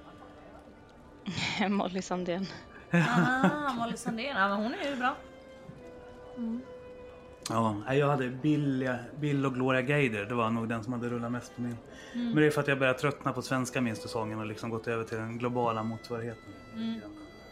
Molly Sandén.
Ah, Molly Sandén, ja, men hon är ju bra. Mm.
Ja, jag hade Bill, Bill och Gloria Gaynor. Det var nog den som hade rullat mest på min. Mm. Men det är för att jag började tröttna på svenska minstersången och liksom gått över till den globala motsvarigheten. Mm. Mm.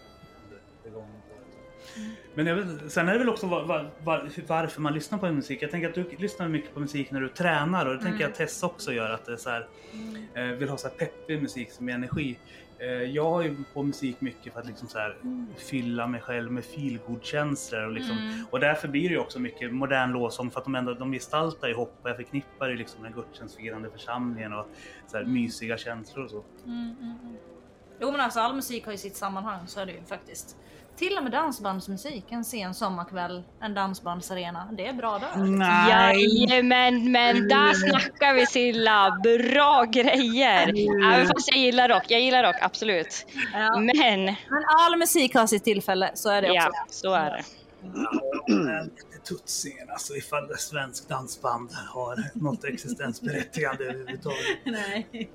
Men jag vet, sen är det väl också var, var, var, varför man lyssnar på musik. Jag tänker att du lyssnar mycket på musik när du tränar och det mm. tänker jag att Tess också gör. Att det är så här, mm. eh, vill ha så här peppig musik som är energi. Jag har ju på musik mycket för att liksom så här mm. fylla mig själv med feelgood-känslor och, liksom, mm. och därför blir det ju också mycket modern låtsång för att de ändå de gestaltar ju hopp och jag förknippar ju liksom den gudstjänstfirande församlingen och så här mm. mysiga känslor och så. Mm, mm,
Jo men alltså all musik har ju sitt sammanhang, så är det ju faktiskt. Till och med dansbandsmusik, en sen sommarkväll, en dansbandsarena, det är bra där.
Nej, men, men där snackar vi Silla, bra grejer. Även fast jag gillar rock, jag gillar rock, absolut.
Ja.
Men...
men all musik har sitt tillfälle, så är det också.
Ja, så är det.
Ja, lite tutsingen, alltså ifall det svensk dansband har något existensberättigande överhuvudtaget.
Nej.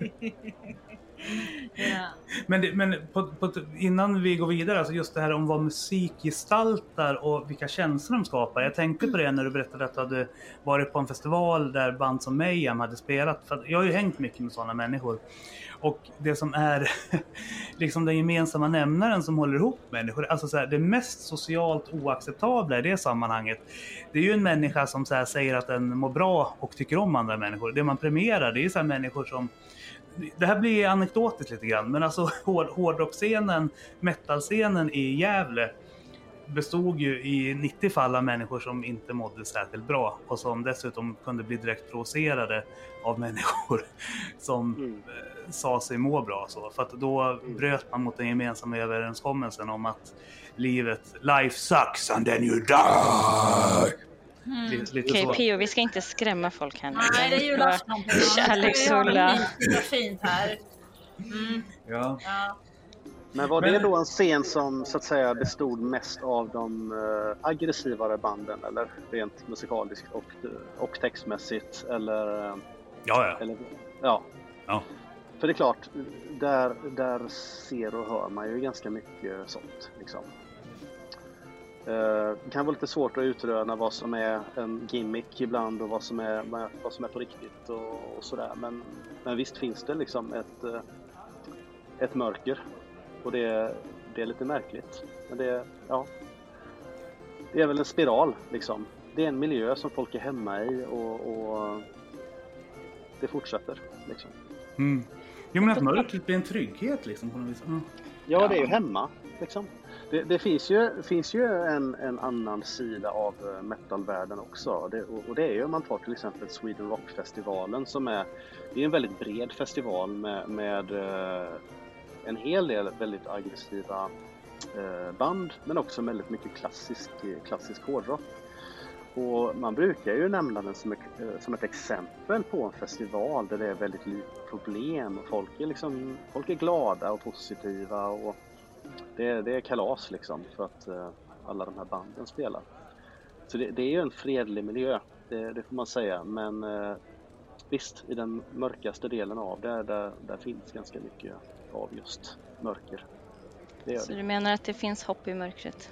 Ja.
Men, det, men på, på, innan vi går vidare, alltså just det här om vad musik gestaltar och vilka känslor de skapar. Jag tänkte på det när du berättade att du hade varit på en festival där band som Mayhem hade spelat. För jag har ju hängt mycket med sådana människor. Och det som är liksom den gemensamma nämnaren som håller ihop människor, alltså så här, det mest socialt oacceptabla i det sammanhanget, det är ju en människa som så här, säger att den mår bra och tycker om andra människor. Det man premierar, det är ju så här människor som, det här blir anekdotiskt lite grann, men alltså hård, hårdrockscenen, metalscenen i Gävle bestod ju i nittio fall av människor som inte mådde särskilt bra och som dessutom kunde bli direkt provocerade av människor som mm. sa sig må bra. Så. För att då mm. bröt man mot den gemensamma överenskommelsen om att livet, life sucks and then you die.
Mm. Okej, okay, Pio, vi ska inte skrämma folk här nu.
Nej, det är ju julafton.
Kärleksfulla.
Det är fint här. Mm.
Ja.
Ja.
Men var det då en scen som så att säga bestod mest av de uh, aggressivare banden, eller rent musikaliskt och, och textmässigt, eller? Uh,
ja, ja.
Eller, ja.
Ja.
För det är klart, där, där ser och hör man ju ganska mycket sånt. Liksom. Uh, det kan vara lite svårt att utröna vad som är en gimmick ibland och vad som är, vad som är på riktigt och, och sådär. Men, men visst finns det liksom ett, uh, ett mörker. Och det, det är lite märkligt. Men det, ja, det är väl en spiral liksom. Det är en miljö som folk är hemma i och, och det fortsätter liksom.
Mm. Jo, men att mörkret blir en trygghet liksom på något vis. Mm.
Ja, det är ju hemma liksom. Det, det finns ju, finns ju en, en annan sida av metalvärlden också. Det, och, och det är ju om man tar till exempel Sweden Rock-festivalen som är, det är en väldigt bred festival med, med en hel del väldigt aggressiva eh, band, men också väldigt mycket klassisk, klassisk hårdrock. Och man brukar ju nämna den som ett, som ett exempel på en festival där det är väldigt lite problem och folk är, liksom, folk är glada och positiva och det, det är kalas liksom för att eh, alla de här banden spelar. Så det, det är ju en fredlig miljö, det, det får man säga, men eh, visst, i den mörkaste delen av det, där, där finns ganska mycket av just mörker. Det
Så
det.
du menar att det finns hopp i mörkret?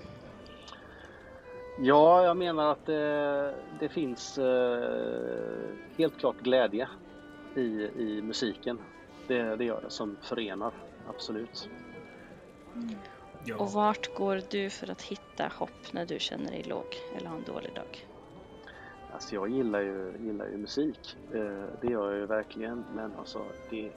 Ja, jag menar att det, det finns eh, helt klart glädje i, i musiken. Det, det gör det som förenar, absolut.
Mm. Ja. Och vart går du för att hitta hopp när du känner dig låg eller har en dålig dag?
Alltså jag gillar ju, gillar ju musik, eh, det gör jag ju verkligen, men alltså det...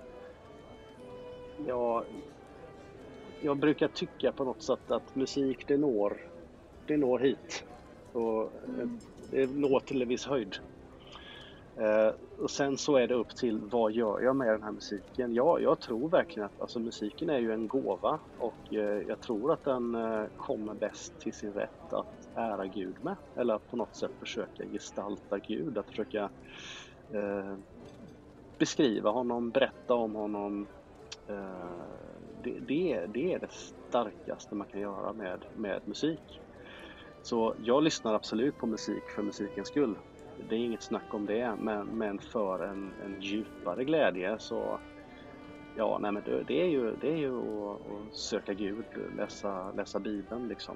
Ja, jag brukar tycka på något sätt att musik det når, det når hit och det når till en viss höjd. Eh, och sen så är det upp till vad gör jag med den här musiken. Ja, jag tror verkligen att alltså, musiken är ju en gåva och eh, jag tror att den eh, kommer bäst till sin rätt att ära Gud med. Eller att på något sätt försöka gestalta Gud, att försöka eh, beskriva honom, berätta om honom. Det, det, det är det starkaste man kan göra med, med musik. Så jag lyssnar absolut på musik för musikens skull. Det är inget snack om det, men, men för en, en djupare glädje så ja, nej, men det, det är ju, det är ju att, att söka Gud, läsa, läsa Bibeln liksom.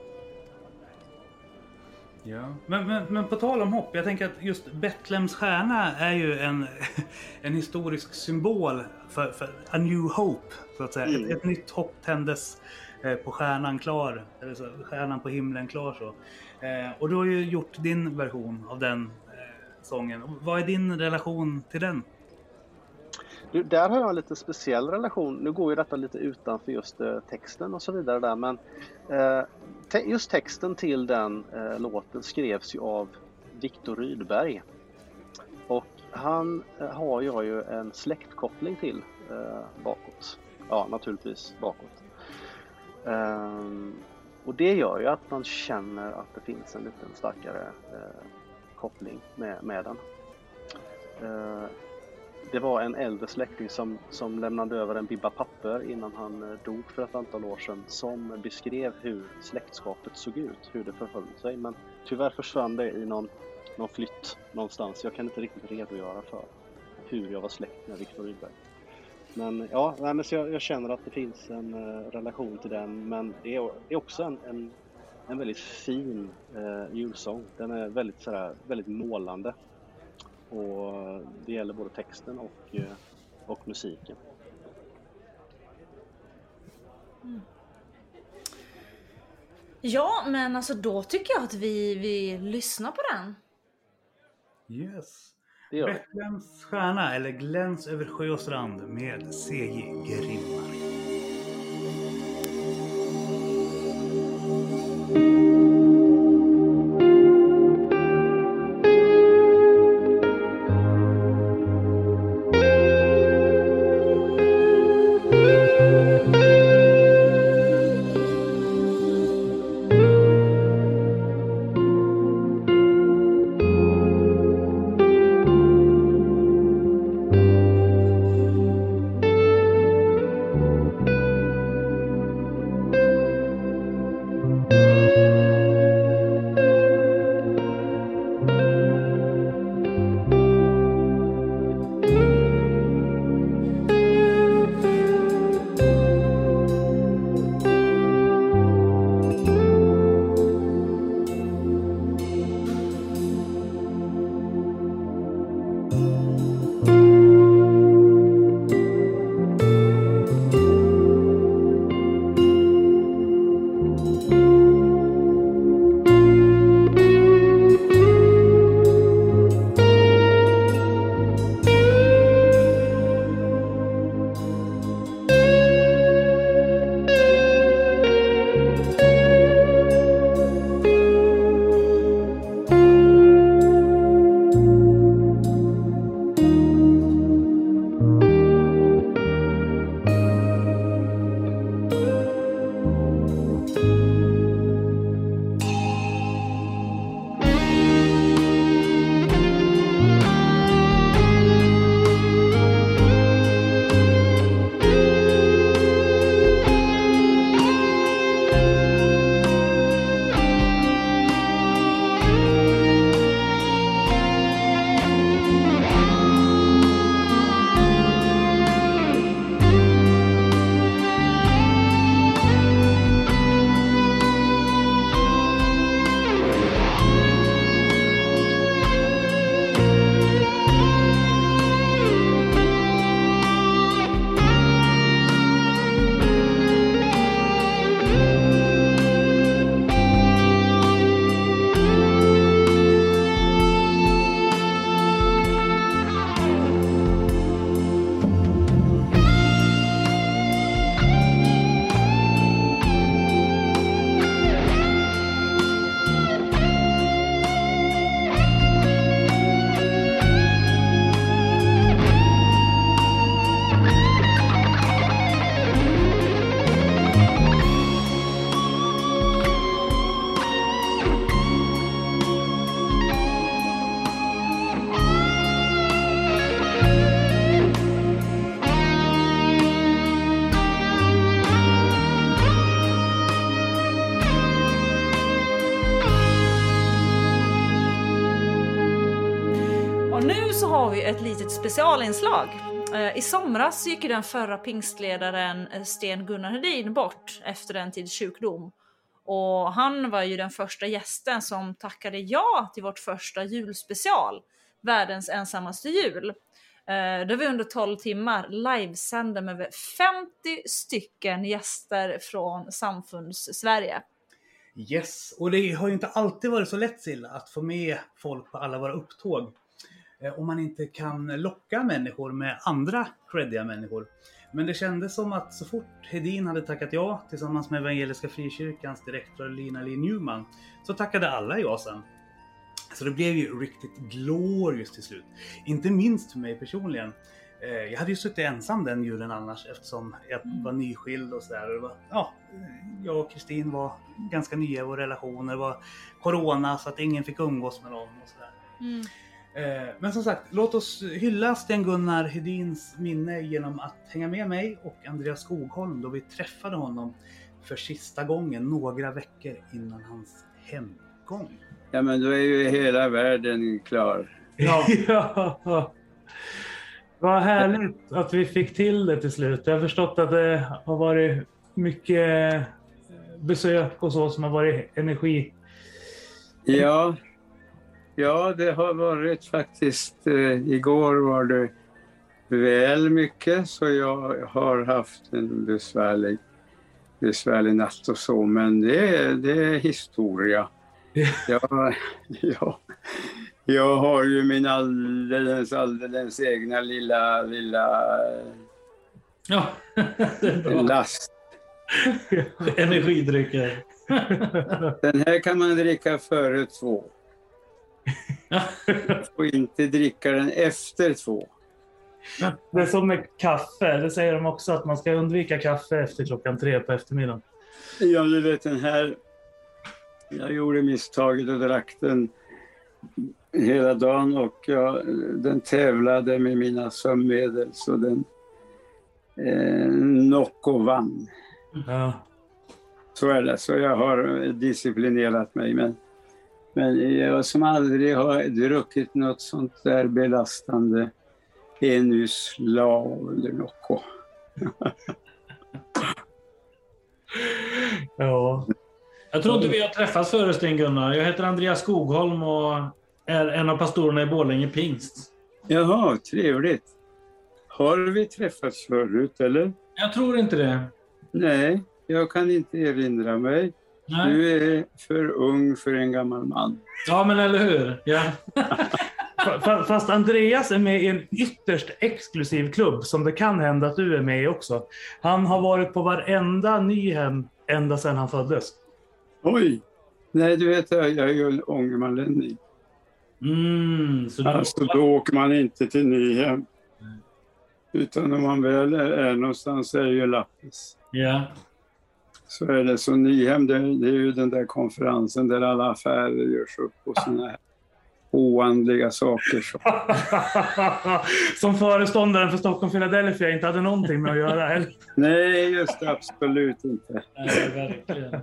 Ja, men, men, men på tal om hopp, jag tänker att just Betlehems stjärna är ju en, en historisk symbol för, för a new hope, så att säga. Mm. Ett, ett nytt hopp tändes eh, på stjärnan klar, eller så, stjärnan på himlen klar så. Eh, och du har ju gjort din version av den eh, sången. Vad är din relation till den?
Du, där har jag en lite speciell relation. Nu går ju detta lite utanför just eh, texten och så vidare där, men eh, te- just texten till den eh, låten skrevs ju av Viktor Rydberg. Och han eh, har jag ju en släktkoppling till eh, bakåt. ja, naturligtvis bakåt. Um, och det gör ju att man känner att det finns en liten starkare uh, koppling med, med den. Uh, det var en äldre släkting som, som lämnade över en bibba papper innan han uh, dog för ett antal år sedan, som beskrev hur släktskapet såg ut, hur det förhöll sig. Men tyvärr försvann det i någon, någon flytt någonstans. Jag kan inte riktigt redogöra för hur jag var släkt med Viktor Rydberg. Men ja, nej, men så jag, jag känner att det finns en uh, relation till den, men det är, det är också en, en, en väldigt fin uh, julsång. Den är väldigt, sådär, väldigt målande, och det gäller både texten och, uh, och musiken.
Mm. Ja, men alltså då tycker jag att vi, vi lyssnar på den.
Yes.
Betlehems
stjärna, eller Gläns över sjö och strand med C J Grimmark.
har vi ett litet specialinslag. I somras gick den förra pingstledaren Sten Gunnar Hedin bort efter en tids sjukdom. Och han var ju den första gästen som tackade ja till vårt första julspecial, Världens ensammaste jul. Där vi under tolv timmar livesände med över femtio stycken gäster från Samfunds-Sverige.
Yes, och det har ju inte alltid varit så lätt till att få med folk på alla våra upptåg. Om man inte kan locka människor med andra creddiga människor. Men det kändes som att så fort Hedin hade tackat ja tillsammans med Evangeliska Frikyrkans direktor Lina Lee Newman, så tackade alla ja sen. Så det blev ju riktigt glorious till slut. Inte minst för mig personligen. Jag hade ju suttit ensam den julen annars eftersom jag var nyskild och sådär. Ja, jag och Kristin var ganska nya i vår relation. Det var corona så att ingen fick umgås med någon och sådär. Mm. Men som sagt, låt oss hylla Sten-Gunnar Hedins minne genom att hänga med mig och Andreas Skogholm då vi träffade honom för sista gången några veckor innan hans hemgång.
Ja, men då är ju hela världen klar.
Ja. Ja. Vad härligt att vi fick till det till slut. Jag har förstått att det har varit mycket besök och så som har varit energi.
Ja, ja det har varit faktiskt. Eh, igår var det väl mycket så jag har haft en besvärlig, besvärlig natt och så. Men det är, det är historia. Ja, ja. Jag har ju min alldeles, alldeles egna lilla, lilla
ja,
last.
Energidrycker.
Den här kan man dricka före två. Och inte dricka den efter två.
Det är som med kaffe. Det säger de också att man ska undvika kaffe efter klockan tre på eftermiddagen.
Ja, du vet den här. Jag gjorde misstaget och drack den hela dagen och jag, den tävlade med mina sömnmedel så den eh, Nocco vann.
Ja.
Så är det, så jag har disciplinerat mig men, men jag som aldrig har druckit något sånt där belastande är nu slav eller Nocco.
Ja. Jag tror inte vi har träffats förut, Sten-Gunnar. Jag heter Andreas Skogholm och är en av pastorerna i Borlänge Pingst.
Jaha, trevligt. Har vi träffats förut, eller?
Jag tror inte det.
Nej, jag kan inte erinra mig. Nej. Du är för ung för en gammal man.
Ja, men eller hur? Ja. Fast Andreas är med i en ytterst exklusiv klubb som det kan hända att du är med i också. Han har varit på varenda Nyhem ända sedan han föddes.
Oj! Nej, du vet, jag är ju en ångermanlänning.
Mm, så
alltså då åker man inte till Nyhem. Utan om man väl är, är någonstans är ju Lappis.
Ja.
Så är det. Så Nyhem, det, det är ju den där konferensen där alla affärer görs upp och såna här oandliga saker. Så.
Som föreståndaren för Stockholm Philadelphia inte hade någonting med att göra, eller?
Nej, just det, absolut inte.
Nej, verkligen.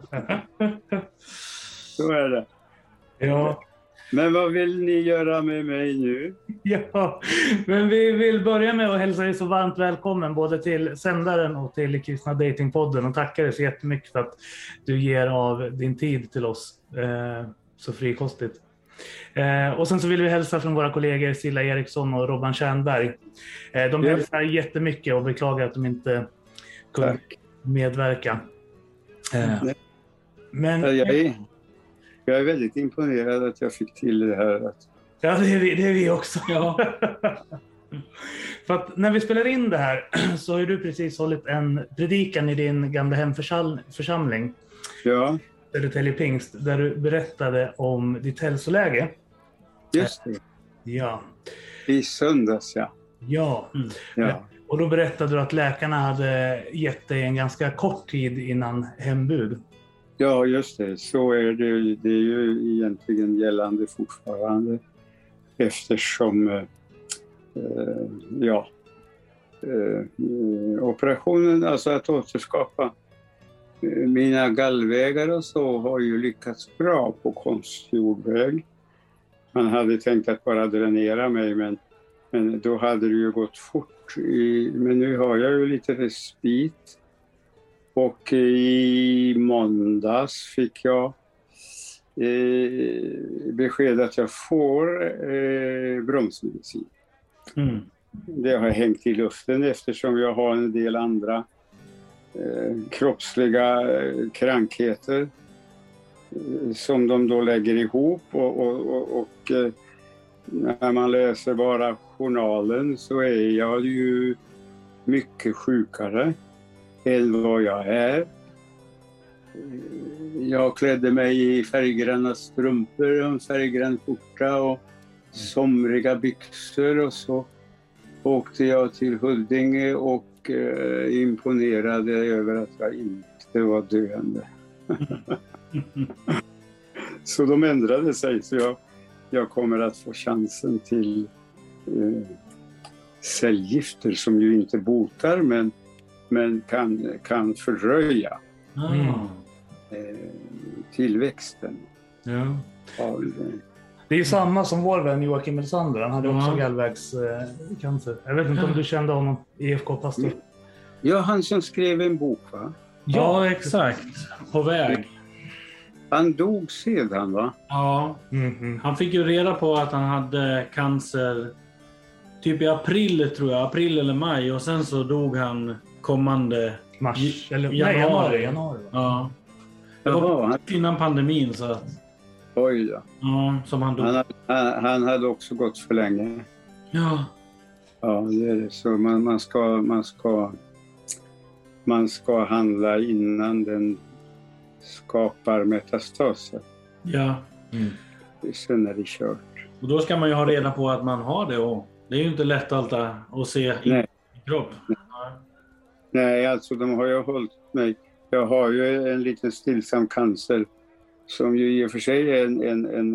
Så är det.
Ja.
Men vad vill ni göra med mig nu?
Ja, men vi vill börja med att hälsa dig så varmt välkommen både till sändaren och till Kristna Datingpodden och tacka dig så jättemycket för att du ger av din tid till oss eh, så frikostigt. Eh, och sen så vill vi hälsa från våra kollegor Silla Eriksson och Robban Tjärnberg. Eh, de hälsar ja. jättemycket och beklagar att de inte kunde Tack. medverka. Eh, men...
Jag är, jag är väldigt imponerad att jag fick till det här.
Ja, det är vi, det är vi också. Ja. För att när vi spelar in det här så har du precis hållit en predikan i din gamla hemförsamling.
Ja.
Södertälje Pingst, där du berättade om ditt hälsoläge.
Just det.
Ja.
I söndags, ja.
Ja.
Mm. Ja.
Och då berättade du att läkarna hade gett dig en ganska kort tid innan hembud.
Ja, just det. Så är det. Det är ju egentligen gällande fortfarande. Eftersom, eh, ja, eh, operationen, alltså att återskapa mina gallvägar och så har ju lyckats bra på konstgjordväg. Man hade tänkt att bara dränera mig men, men då hade det ju gått fort. I, men nu har jag ju lite respit. Och i måndags fick jag eh, besked att jag får eh, bromsmedicin. Mm. Det har hängt i luften eftersom jag har en del andra Eh, kroppsliga eh, krankheter eh, som de då lägger ihop och, och, och, och eh, när man läser bara journalen så är jag ju mycket sjukare än vad jag är. Jag klädde mig i färggranna strumpor och en färggrann skjorta och somriga byxor och så åkte jag till Huddinge och eh, imponerade över att jag inte var döende. Så de ändrade sig, så jag, jag kommer att få chansen till eh, cellgifter som ju inte botar men, men kan, kan fördröja
Mm.
eh, tillväxten.
Ja.
Av, eh,
Det är ju samma som vår vän Joakim Elsander. Han hade också
Ja.
gallvägscancer. Jag vet inte om du kände honom, I F K-pastor.
ja, han som skrev en bok, va?
Ja, exakt. På väg.
Han dog sedan, va?
Ja,
Mhm.
han fick ju reda på att han hade cancer typ i april, tror jag. April eller maj. Och sen så dog han kommande
Mars.
i-
Eller
januari.
nej, januari. januari va?
Ja. Det
Jaha,
var
han,
innan pandemin så att,
oj då.
ja, som han dog.
Han, han, han hade också gått för länge.
Ja,
Ja, det är det. Så man, man, ska, man, ska, man ska handla innan den skapar metastaser.
ja.
Sen är det kört.
Och då ska man ju ha reda på att man har det. Och det är ju inte lätt alltid att se i
Nej.
kropp.
Nej, alltså de har ju hållit mig. Jag har ju en liten stillsam cancer som ju i och för sig är en, en, en,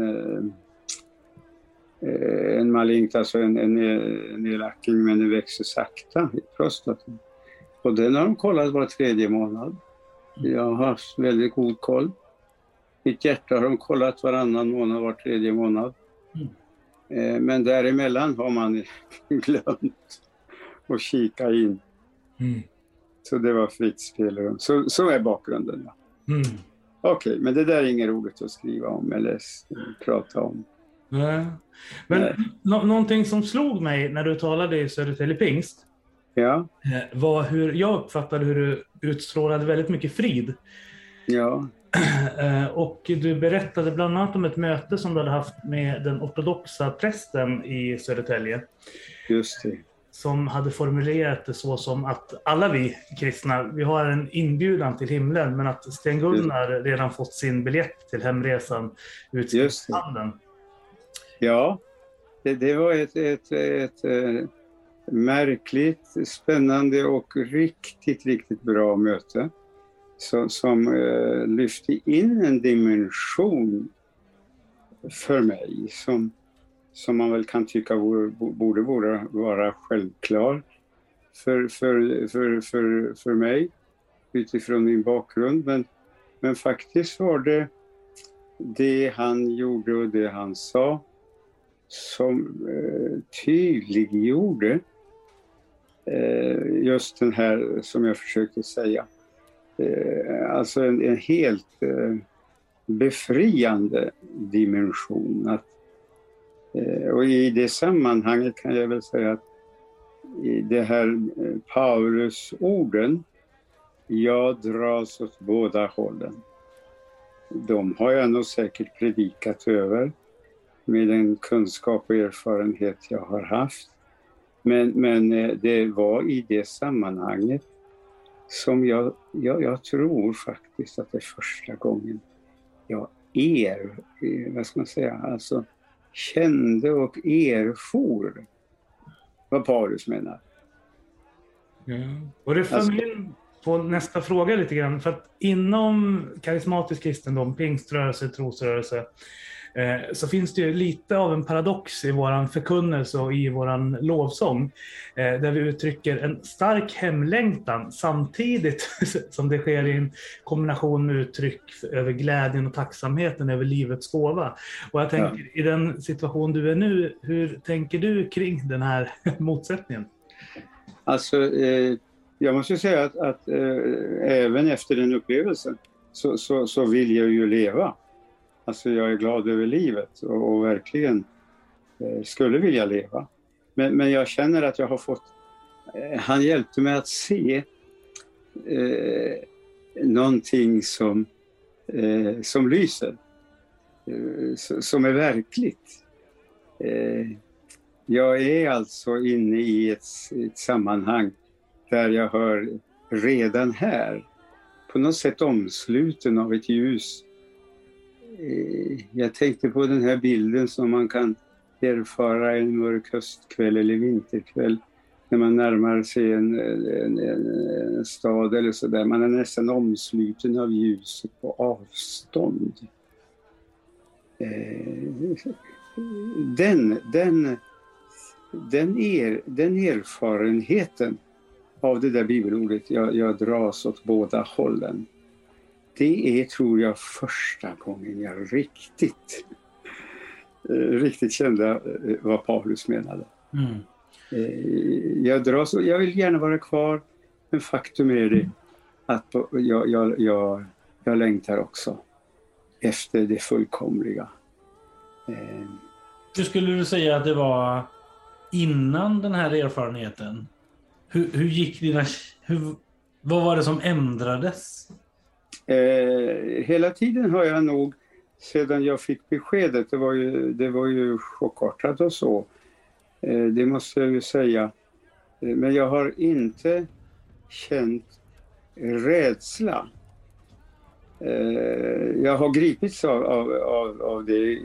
eh, en malignt, alltså en, en, en nedlackning, men den växer sakta i prostatan. Och den har de kollat var tredje månad. Jag har haft väldigt god koll. Mitt hjärta har de kollat varannan månad, var tredje månad. Eh, men däremellan har man glömt att kika in.
Mm.
Så det var fritt spelrum. Så, så är bakgrunden. Ja.
Mm.
Okej, okay, men det där är inget roligt att skriva om eller s- prata om.
Nej. Men
Nej.
nå- någonting som slog mig när du talade i Södertälje Pingst
Ja,
eh, var hur jag uppfattade hur du utstrålade väldigt mycket frid.
ja,
Eh, Och du berättade bland annat om ett möte som du hade haft med den ortodoxa prästen i Södertälje.
just det.
Som hade formulerat det så som att alla vi kristna, vi har en inbjudan till himlen, men att Sten Gunnar redan fått sin biljett till hemresan ut
Just
i
det.
handen.
Ja, det, det var ett, ett, ett, ett märkligt, spännande och riktigt, riktigt bra möte. Så, som eh, lyfte in en dimension för mig som, som man väl kan tycka vore, borde vara, vara självklar för, för, för, för, för mig utifrån min bakgrund. Men, men faktiskt var det det han gjorde och det han sa som eh, tydliggjorde eh, just den här som jag försökte säga. Eh, alltså en, en helt eh, befriande dimension. Att, eh, och i det sammanhanget kan jag väl säga att i det här eh, Paulus-orden, jag dras åt båda hållen. De har jag nog säkert predikat över med den kunskap och erfarenhet jag har haft. Men, men eh, det var i det sammanhanget som jag, jag, jag tror faktiskt att det är första gången jag er, vad ska man säga, alltså kände och erfor vad Paulus menar.
Ja. Och det för
Alltså-
mig in på nästa fråga lite grann. För att inom karismatisk kristendom, pingströrelse, trosrörelse, eh, så finns det ju lite av en paradox i våran förkunnelse och i våran lovsång. Eh, där vi uttrycker en stark hemlängtan samtidigt som det sker i en kombination med uttryck över glädjen och tacksamheten över livets gåva. Och jag tänker, i den situation du är nu, hur tänker du kring den här motsättningen?
Alltså, eh, jag måste säga att, att eh, även efter den upplevelsen så, så, så vill jag ju leva. Alltså jag är glad över livet och, och verkligen eh, skulle vilja leva. Men, men jag känner att jag har fått, eh, han hjälpte mig att se eh, någonting som, eh, som lyser, eh, som är verkligt. Eh, jag är alltså inne i ett, ett sammanhang där jag hör redan här på något sätt omsluten av ett ljus. Jag tänkte på den här bilden som man kan erfara en mörk höstkväll eller vinterkväll när man närmar sig en, en, en, en stad eller så där. Man är nästan omsluten av ljuset på avstånd. Eh, den, den, den, er, den erfarenheten av det där bibelordet, jag, jag dras åt båda hållen. Det är, tror jag, första gången jag riktigt, riktigt kände vad Paulus menade. Mm. Jag dras, jag vill gärna vara kvar, men faktum är det att jag, jag, jag, jag längtar också efter det fullkomliga.
Hur skulle du säga att det var innan den här erfarenheten? Hur, hur gick dina... Hur, vad var det som ändrades?
Eh, hela tiden har jag nog, sedan jag fick beskedet, det var ju, det var ju chockartat och så, eh, det måste jag ju säga. Eh, men jag har inte känt rädsla. Eh, jag har gripits av, av, av, av det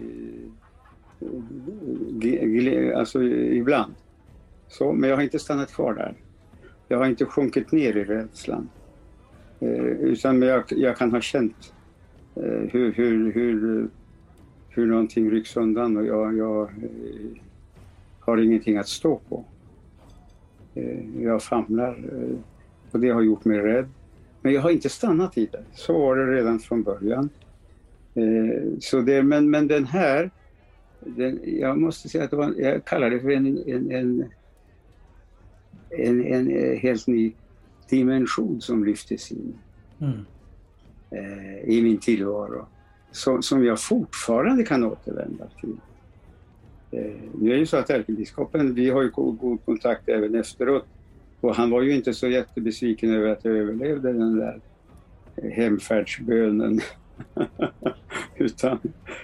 eh, alltså ibland. Så, men jag har inte stannat kvar där. Jag har inte sjunkit ner i rädslan. Eh, utan jag, jag kan ha känt eh, hur, hur, hur, hur någonting rycks undan och jag, jag eh, har ingenting att stå på. Eh, jag famlar eh, och det har gjort mig rädd. Men jag har inte stannat i det. Så var det redan från början. Eh, så det, men, men den här, den, jag måste säga att det var, jag kallar det för en, en, en, en, en helt ny dimension som lyftes in mm. eh, i min tillvaro. Som, som jag fortfarande kan återvända till. Eh, nu är det ju så att ärkebiskopen, vi har ju god, god kontakt även efteråt. Och han var ju inte så jättebesviken över att jag överlevde den där hemfärdsbönen. Utan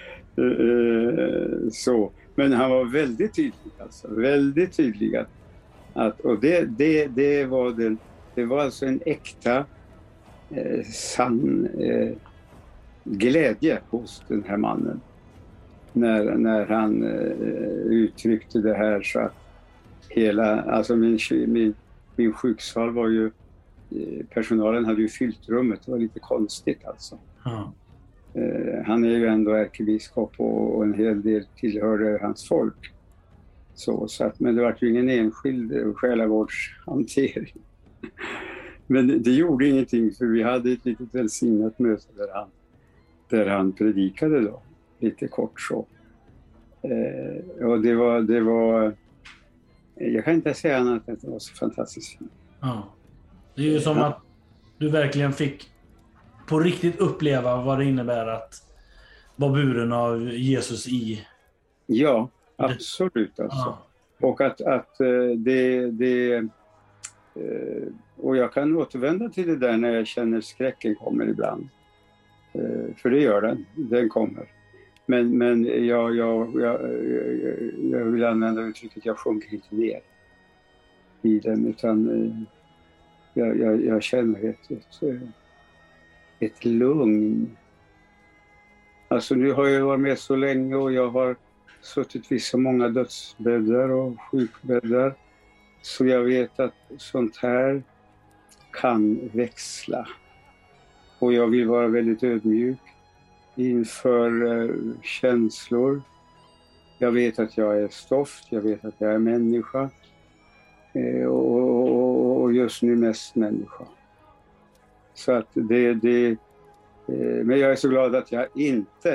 eh, så. Men han var väldigt tydlig alltså. Väldigt tydlig att, att och det, det, det var den, det var alltså en äkta eh, sann eh, glädje hos den här mannen. När, när han eh, uttryckte det här så att hela, alltså min, min Min sjuksal var ju, personalen hade ju fyllt rummet, det var lite konstigt alltså. Mm. Eh, han är ju ändå ärkebiskop och, och en hel del tillhörde hans folk. Så, så att, men det var ju ingen enskild själavårdshantering. Men det gjorde ingenting för vi hade ett litet välsignat möte där han, där han predikade då, lite kort så. Eh, och det var, det var jag kan inte säga annat än att det var så fantastiskt fint.
Ja. Det är ju som att du verkligen fick på riktigt uppleva vad det innebär att vara buren av Jesus i.
Ja, absolut alltså. Ja. Och att, att det, det och jag kan återvända till det där när jag känner skräcken kommer ibland. För det gör den, den kommer. Men, men jag, jag, jag, jag vill använda uttrycket, jag sjunker inte ner i den, utan jag, jag, jag känner ett, ett, ett lugn. Alltså nu har jag varit med så länge och jag har suttit vid så många dödsbäddar och sjukbäddar, så jag vet att sånt här kan växla. Och jag vill vara väldigt ödmjuk inför uh, känslor. Jag vet att jag är stoft, jag vet att jag är människa. Eh, och, och just nu mest människa. Så att det... det eh, men jag är så glad att jag inte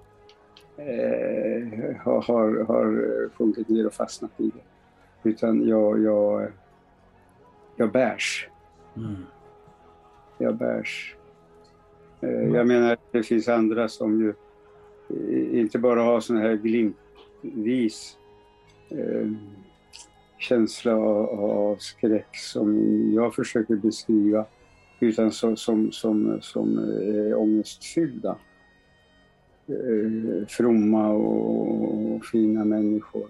eh, har, har, har sjunkit ner och fastnat i det. Utan jag, jag, jag bärs. Mm. Jag bärs. Jag menar, det finns andra som ju inte bara har sån här glimtvis eh, känsla av, av skräck som jag försöker beskriva, utan så, som, som, som är ångestfyllda. Eh, fromma och, och fina människor.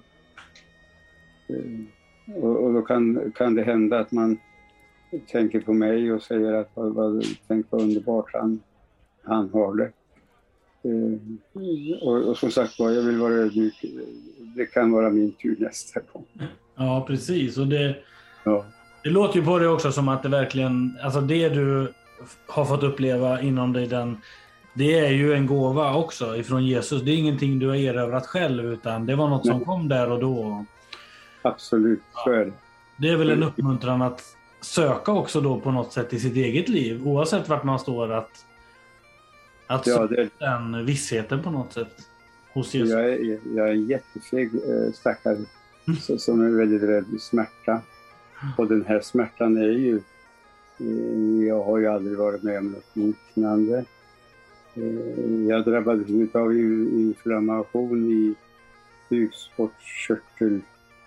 Eh, och, och då kan, kan det hända att man tänker på mig och säger att vad, vad, tänk vad underbart han Han har det. Eh, och, och som sagt var, jag vill vara ödmjuk. Det kan vara min tur nästa gång.
Ja, precis. Och det,
Ja.
Det låter ju på dig också som att det verkligen, alltså det du har fått uppleva inom dig, den, det är ju en gåva också ifrån Jesus. Det är ingenting du har erövrat själv, utan det var något som kom där och då.
Absolut, så är det.
Det är väl en uppmuntran att söka också då på något sätt i sitt eget liv, oavsett vart man står, att, att
ja,
söka
det...
den vissheten på något sätt hos Jesus.
Jag är, jag är en jättefeg äh, stackare mm. som är väldigt rädd i smärta. Och den här smärtan är ju, eh, jag har ju aldrig varit med om något liknande. Eh, jag drabbades av inflammation i bukspottkörtel.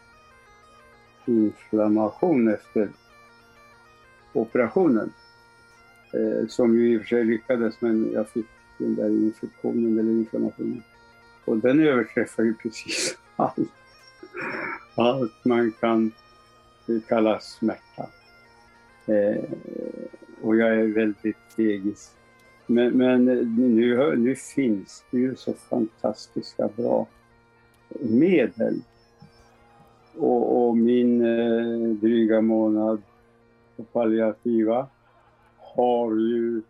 Inflammation efter operationen. Eh, som ju i och för sig lyckades, men jag fick den där infektionen eller inflammationen. Och den överträffar ju precis allt. Allt man kan kalla smärta. Eh, och jag är väldigt fegis. Men, men nu, nu finns det ju så fantastiska bra medel. Och, och min eh, dryga månad på palliativa har ju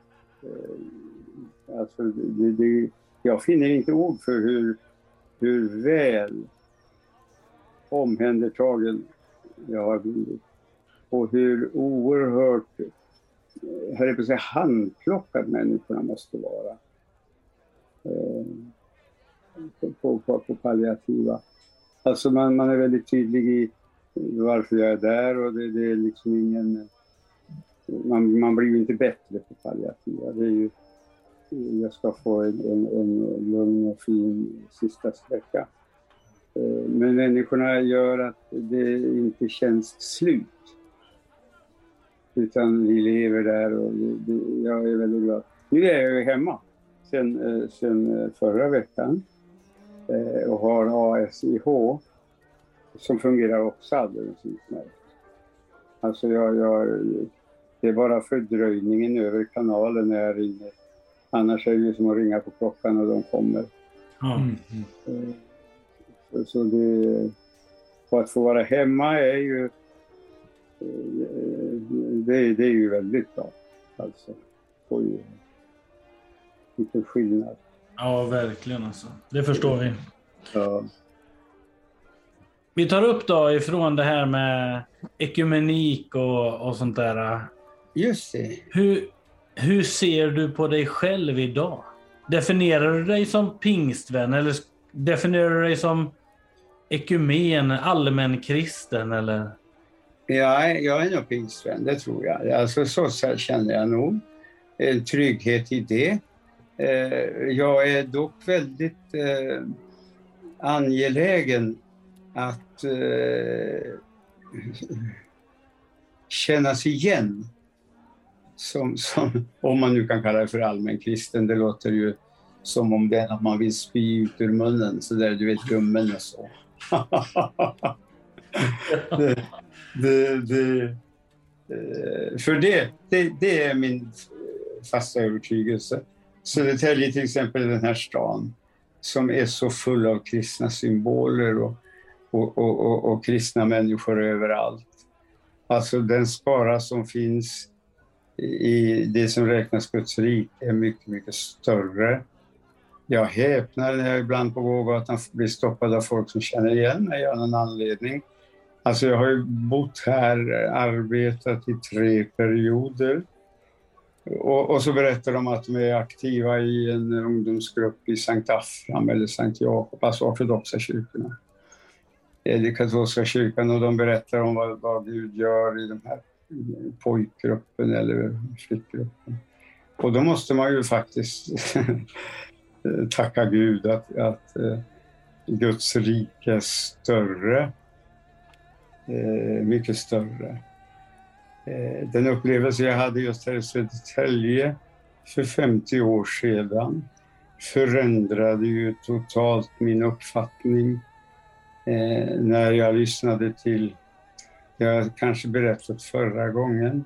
eh, alltså det, det, jag finner inte ord för hur, hur väl omhändertagen jag har blivit. Och hur oerhört här är på sig handplockad människorna måste vara eh, på, på, på palliativa. Alltså man, man är väldigt tydlig i varför jag är där, och det, det är liksom ingen... Man, man blir ju inte bättre på palliativa. Det är ju, jag ska få en, en, en lugn och fin sista sträcka. Men människorna gör att det inte känns slut. Utan vi lever där, och det, det, jag är väldigt glad. Nu är jag ju hemma sen, sen förra veckan och har A S I H som fungerar också alldeles utmärkt. Alltså jag, jag, det är bara fördröjningen över kanalen när jag ringer. Annars är det ju som att ringa på klockan och de kommer. Mm. Så, så det, och att få vara hemma är ju det, det är ju väldigt bra. Alltså, får ju lite skillnad.
Ja, verkligen alltså. Det förstår vi.
Ja.
Vi tar upp då ifrån det här med ekumenik och, och sånt där.
Just det.
Hur, hur ser du på dig själv idag? Definierar du dig som pingstvän, eller definierar du dig som ekumen, allmän kristen, eller?
Ja, jag är nog pingstvän, det tror jag. Alltså så känner jag nog en trygghet i det. Jag är dock väldigt eh, angelägen att eh, kännas igen som, som, om man nu kan kalla det för allmän kristen. Det låter ju som om det är att man vill spy ut ur munnen, så där du vet, gummen och så. det, det, det, för det, det, det är min fasta övertygelse. Södertälje till exempel, den här stan som är så full av kristna symboler och, och, och, och, och kristna människor överallt. Alltså den skara som finns i det som räknas Guds rike är mycket, mycket större. Jag häpnar när jag ibland på gågatan blir stoppad av folk som känner igen mig av någon anledning. Alltså jag har ju bott här, arbetat i tre perioder. Och, och så berättar de att de är aktiva i en ungdomsgrupp i Sankt Afram eller Sankt Jakob, alltså ortodoxa kyrkorna. Det katolska kyrkan, och de berättar om vad, vad Gud gör i de här pojkgruppen eller flickgruppen. Och då måste man ju faktiskt tacka Gud att, att uh, Guds rike är större, uh, mycket större. Uh, den upplevelse jag hade just här i Södertälje för femtio år sedan förändrade ju totalt min uppfattning uh, när jag lyssnade till, jag kanske berättat förra gången,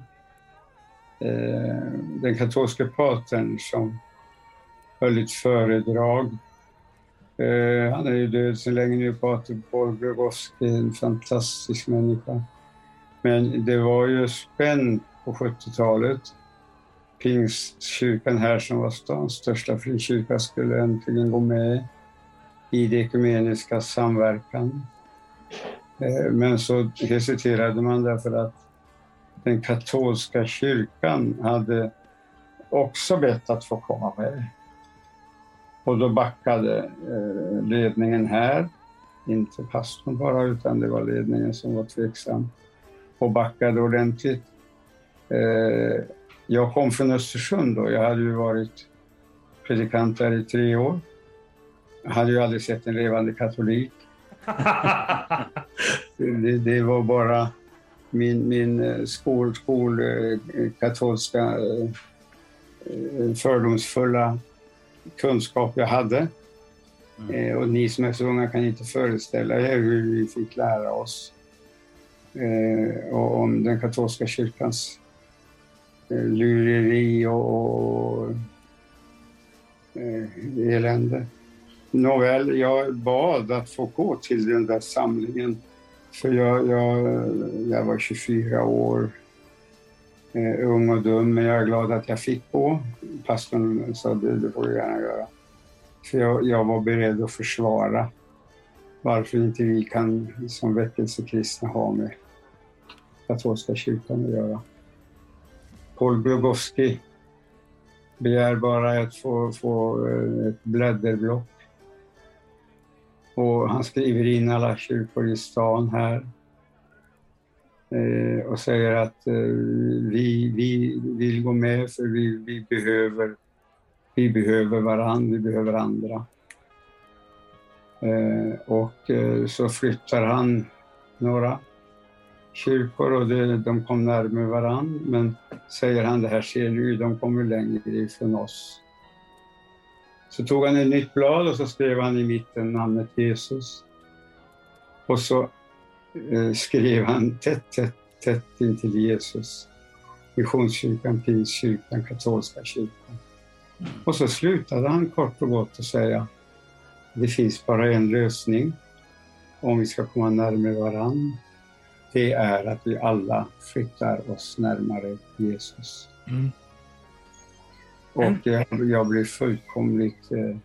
den katolska patern som höll ett föredrag. Han är ju död så länge nu, pater Borgogowski, en fantastisk människa. Men det var ju spänt på sjuttiotalet. Pingstkyrkan här som var stans största frikyrka skulle äntligen gå med i det ekumeniska samverkan. Men så hesiterade man därför att den katolska kyrkan hade också bett att få komma med. Och då backade ledningen här, inte pastorn bara utan det var ledningen som var tveksam och backade ordentligt. Jag kom från Östersund då, jag hade ju varit predikant där i tre år. Jag hade ju aldrig sett en levande katolik. det, det var bara min, min skol, skol katolska fördomsfulla kunskap jag hade. Mm. Och ni som är så unga kan inte föreställa er hur vi fick lära oss och om den katolska kyrkans lureri och, och elände. Nåväl, jag bad att få gå till den där samlingen. För jag, jag, jag var tjugofyra år, eh, ung och dum, men jag är glad att jag fick gå. Pastorn sa det, det får du gärna göra. För jag, jag var beredd att försvara varför inte vi kan som väckelsekristna ha med katolska kyrkan att göra. Paul Glogowski begär bara att få, få ett blädderblock. Och han skriver in alla kyrkor i stan här. Eh, och säger att eh, vi, vi vill gå med för vi, vi, behöver, vi behöver varann, vi behöver andra. Eh, och eh, så flyttar han några kyrkor och det, de kom närmare varann. Men säger han, det här ser du, de kommer längre ifrån oss. Så tog han ett nytt blad och så skrev han i mitten namnet Jesus. Och så eh, skrev han tätt, tätt, tätt intill Jesus. Missionskyrkan, Pingstkyrkan, katolska kyrkan. Och så slutade han kort och gott att säga, det finns bara en lösning om vi ska komma närmare varann. Det är att vi alla flyttar oss närmare Jesus. Mm. Och jag, jag blev fullkomligt eh,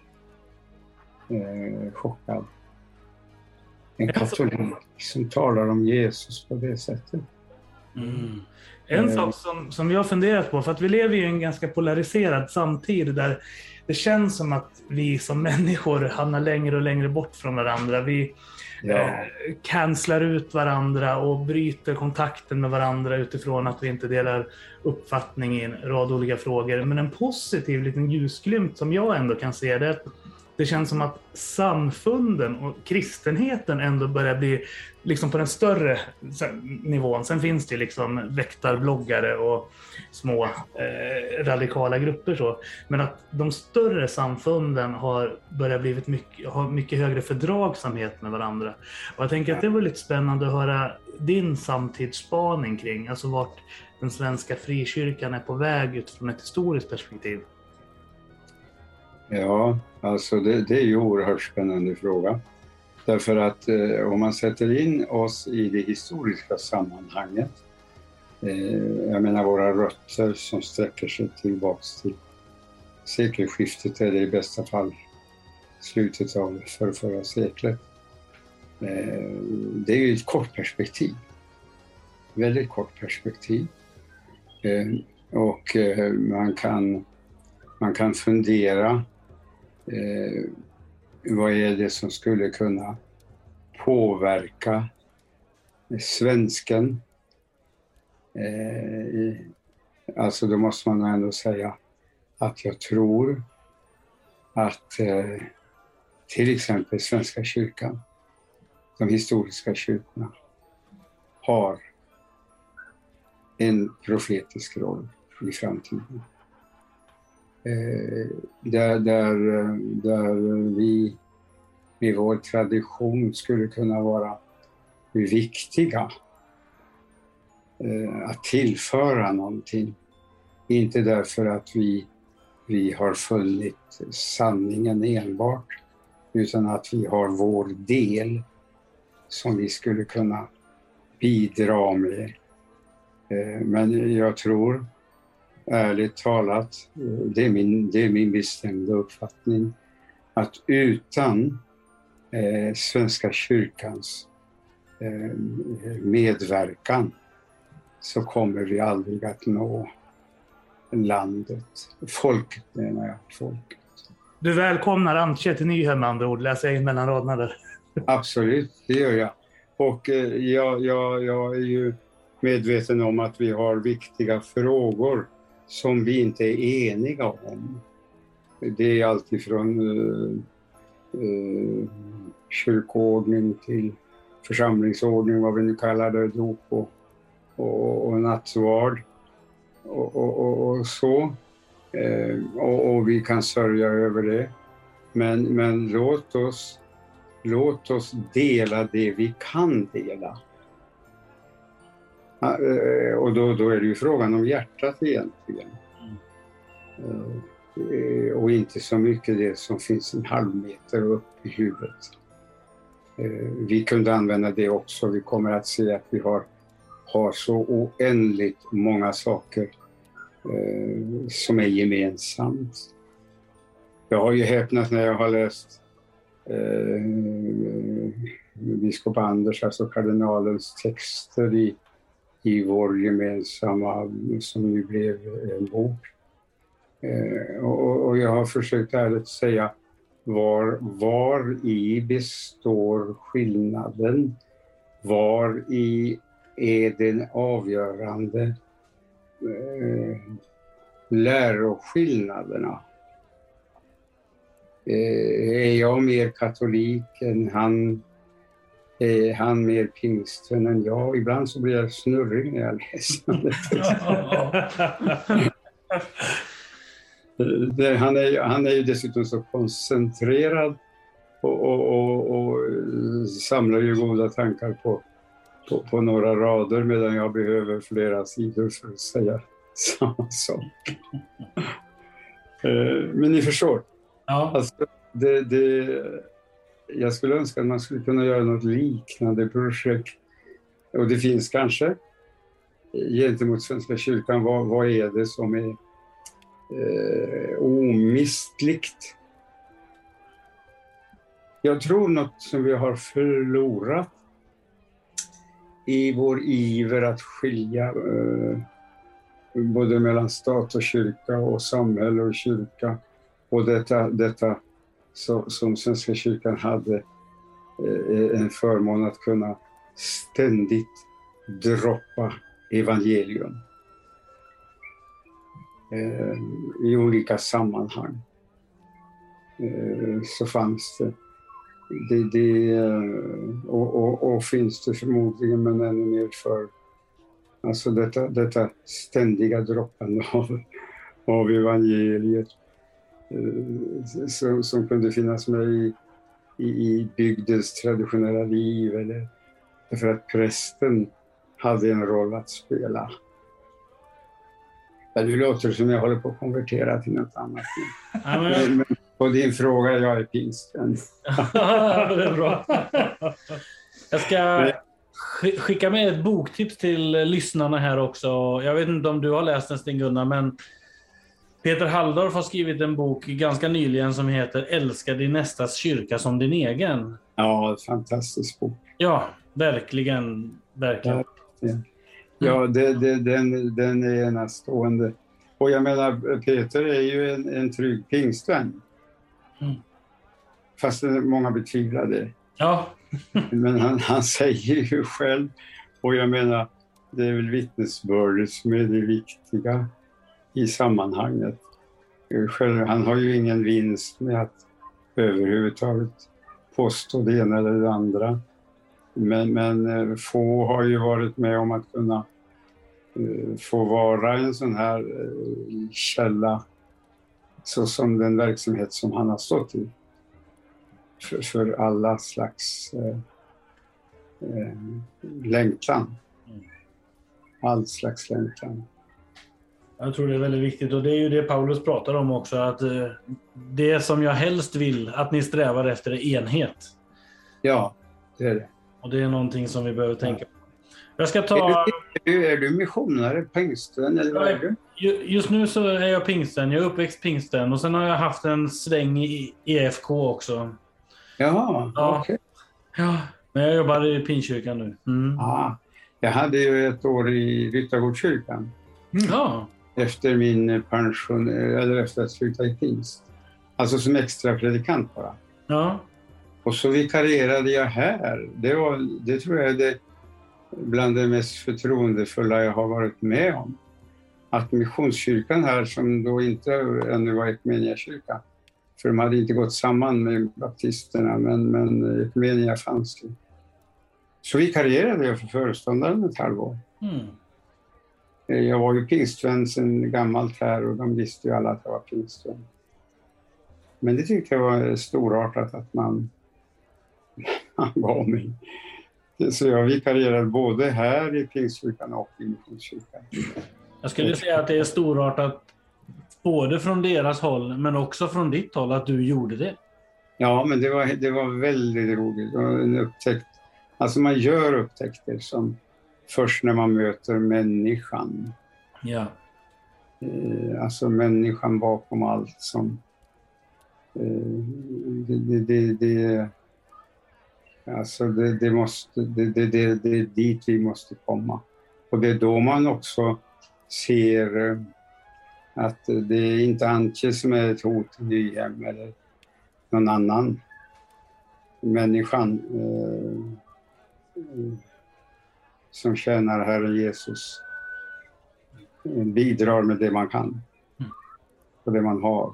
eh, chockad. En katolik som talar om Jesus på det sättet.
Mm. En sak som, som jag har funderat på, för att vi lever i en ganska polariserad samtid där det känns som att vi som människor hamnar längre och längre bort från varandra. Vi ja. eh, cancelar ut varandra och bryter kontakten med varandra utifrån att vi inte delar uppfattning i en rad olika frågor. Men en positiv liten ljusglimt som jag ändå kan se det, det känns som att samfunden och kristenheten ändå börjar bli liksom på den större nivån. Sen finns det liksom väktarbloggare och små eh, radikala grupper så. Men att de större samfunden har börjat blivit mycket, har mycket högre fördragsamhet med varandra. Och jag tänker att det var lite spännande att höra din samtidsspaning kring, alltså vart den svenska frikyrkan är på väg utifrån ett historiskt perspektiv.
Ja, alltså det, det är ju en oerhört spännande fråga. Därför att eh, om man sätter in oss i det historiska sammanhanget, eh, jag menar våra rötter som sträcker sig tillbaks till sekelskiftet eller i bästa fall slutet av för förra seklet. Eh, det är ju ett kort perspektiv, väldigt kort perspektiv. Eh, och eh, man kan, man kan fundera Eh, vad är det som skulle kunna påverka svensken? Eh, alltså då måste man ändå säga att jag tror att eh, till exempel Svenska kyrkan, de historiska kyrkorna, har en profetisk roll i framtiden. Eh, där, där, där vi med vår tradition skulle kunna vara viktiga eh, att tillföra någonting. Inte därför att vi, vi har funnit sanningen enbart, utan att vi har vår del som vi skulle kunna bidra med. Men jag tror, ärligt talat, det är min, det är min bestämda uppfattning, att utan eh, Svenska kyrkans eh, medverkan så kommer vi aldrig att nå landet. Folket menar jag, folket.
Du välkomnar Antje till Nyhem med andra ord, läser jag in mellan raderna där.
Absolut, det gör jag. Och eh, jag, jag, jag är ju medveten om att vi har viktiga frågor som vi inte är eniga om. Det är alltid från uh, uh, kyrkoordning till församlingsordning, vad vi nu kallar det, dop och, och, och nattvard och, och, och, och så. Uh, och, och vi kan sörja över det. Men, men låt oss, låt oss dela det vi kan dela. Uh, och då, då är det ju frågan om hjärtat egentligen. Uh, och inte så mycket det som finns en halv meter upp i huvudet. Vi kunde använda det också. Vi kommer att se att vi har, har så oändligt många saker eh, som är gemensamt. Jag har ju häpnat när jag har läst eh, biskop Anders, alltså kardinalens texter i, i vår gemensamma, som ju blev en bok. Eh, och, och jag har försökt ärligt säga var, var i består skillnaden, var i är den avgörande eh, läroskillnaderna. Eh, är jag mer katolik än han, är han mer pingsten än jag? Ibland så blir jag snurrig när jag läser det. Han är, han är ju dessutom så koncentrerad och, och, och, och samlar ju goda tankar på, på, på några rader, medan jag behöver flera sidor för att säga samma sak. Men ni förstår. Ja. Alltså, det, det, jag skulle önska att man skulle kunna göra något liknande projekt. Och det finns kanske gentemot Svenska kyrkan. Vad, vad är det som är eh, omistligt? Jag tror något som vi har förlorat i vår iver att skilja eh, både mellan stat och kyrka och samhälle och kyrka. Och detta, detta så, som Svenska kyrkan hade eh, en förmån att kunna ständigt droppa evangelium eh, i olika sammanhang. Eh, så fanns det, det, det och, och, och finns det förmodligen, men ännu mer för alltså detta, detta ständiga droppande av, av evangeliet eh, som, som kunde finnas med i, i, i bygdens traditionella liv, eller för att prästen hade en roll att spela. Det låter som jag håller på att konvertera till något annat. Ja, men... Men, men på din fråga, jag är pingsten.
Det är bra. Jag ska skicka med ett boktips till lyssnarna här också. Jag vet inte om du har läst den, Sten-Gunnar, men Peter Halldorf har skrivit en bok ganska nyligen som heter Älska din nästas kyrka som din egen.
Ja, fantastisk bok.
Ja, verkligen. verkligen.
Ja, ja det, det, den, den är enastående. Och jag menar, Peter är ju en, en trygg pingstvän. Mm. Fast många betvivlar det.
Ja.
Men han, han säger ju själv, och jag menar, det är väl vittnesbördet som är det viktiga i sammanhanget. Själv, han har ju ingen vinst med att överhuvudtaget påstå det ena eller det andra. Men, men få har ju varit med om att kunna uh, få vara en sån här uh, källa, så som den verksamhet som han har stått i. För, för alla slags uh, uh, längtan. All slags längtan.
Jag tror det är väldigt viktigt, och det är ju det Paulus pratar om också, att uh, det som jag helst vill att ni strävar efter är enhet.
Ja, det är det.
Och det är någonting som vi behöver tänka på. Jag ska ta...
Är du, är du missionare, pingsten eller vad är du?
Just nu så är jag pingsten. Jag är uppväxt pingsten. Och sen har jag haft en sväng i E F K också.
Jaha,
ja.
okej.
Okay. Ja, men jag jobbar i Pingstkyrkan nu. Mm.
Ja, jag hade ju ett år i Ryttargårdskyrkan.
Mm. Ja.
Efter min pension, eller efter att sluta i pingst. Alltså som extra predikant bara.
Ja.
Och så vikarierade jag här. Det, var, det tror jag är det bland det mest förtroendefulla jag har varit med om. Att missionskyrkan här, som då inte ännu var Ekumeniakyrka, för de hade inte gått samman med baptisterna, men, men Ekumenia fanns ju. Så vikarierade jag för föreståndaren ett halvår. Mm. Jag var ju pingstvän sedan gammalt här och de visste ju alla att jag var pingstvän. Men det tyckte jag var storartat att man, man gav mig. Så jag vikarierade både här i Pingstkyrkan och i Missionskyrkan.
Jag skulle säga att det är storartat både från deras håll men också från ditt håll att du gjorde det.
Ja, men det var, det var väldigt roligt. Det var en upptäckt. Alltså man gör upptäckter som först när man möter människan.
Ja.
Alltså människan bakom allt som... Det, det, det, det, alltså det, det, måste, det, det, det, det är dit vi måste komma. Och det är då man också ser att det är inte Antje som är ett hot till Nyhem eller någon annan. Människan eh, som tjänar Herren Jesus bidrar med det man kan och det man har.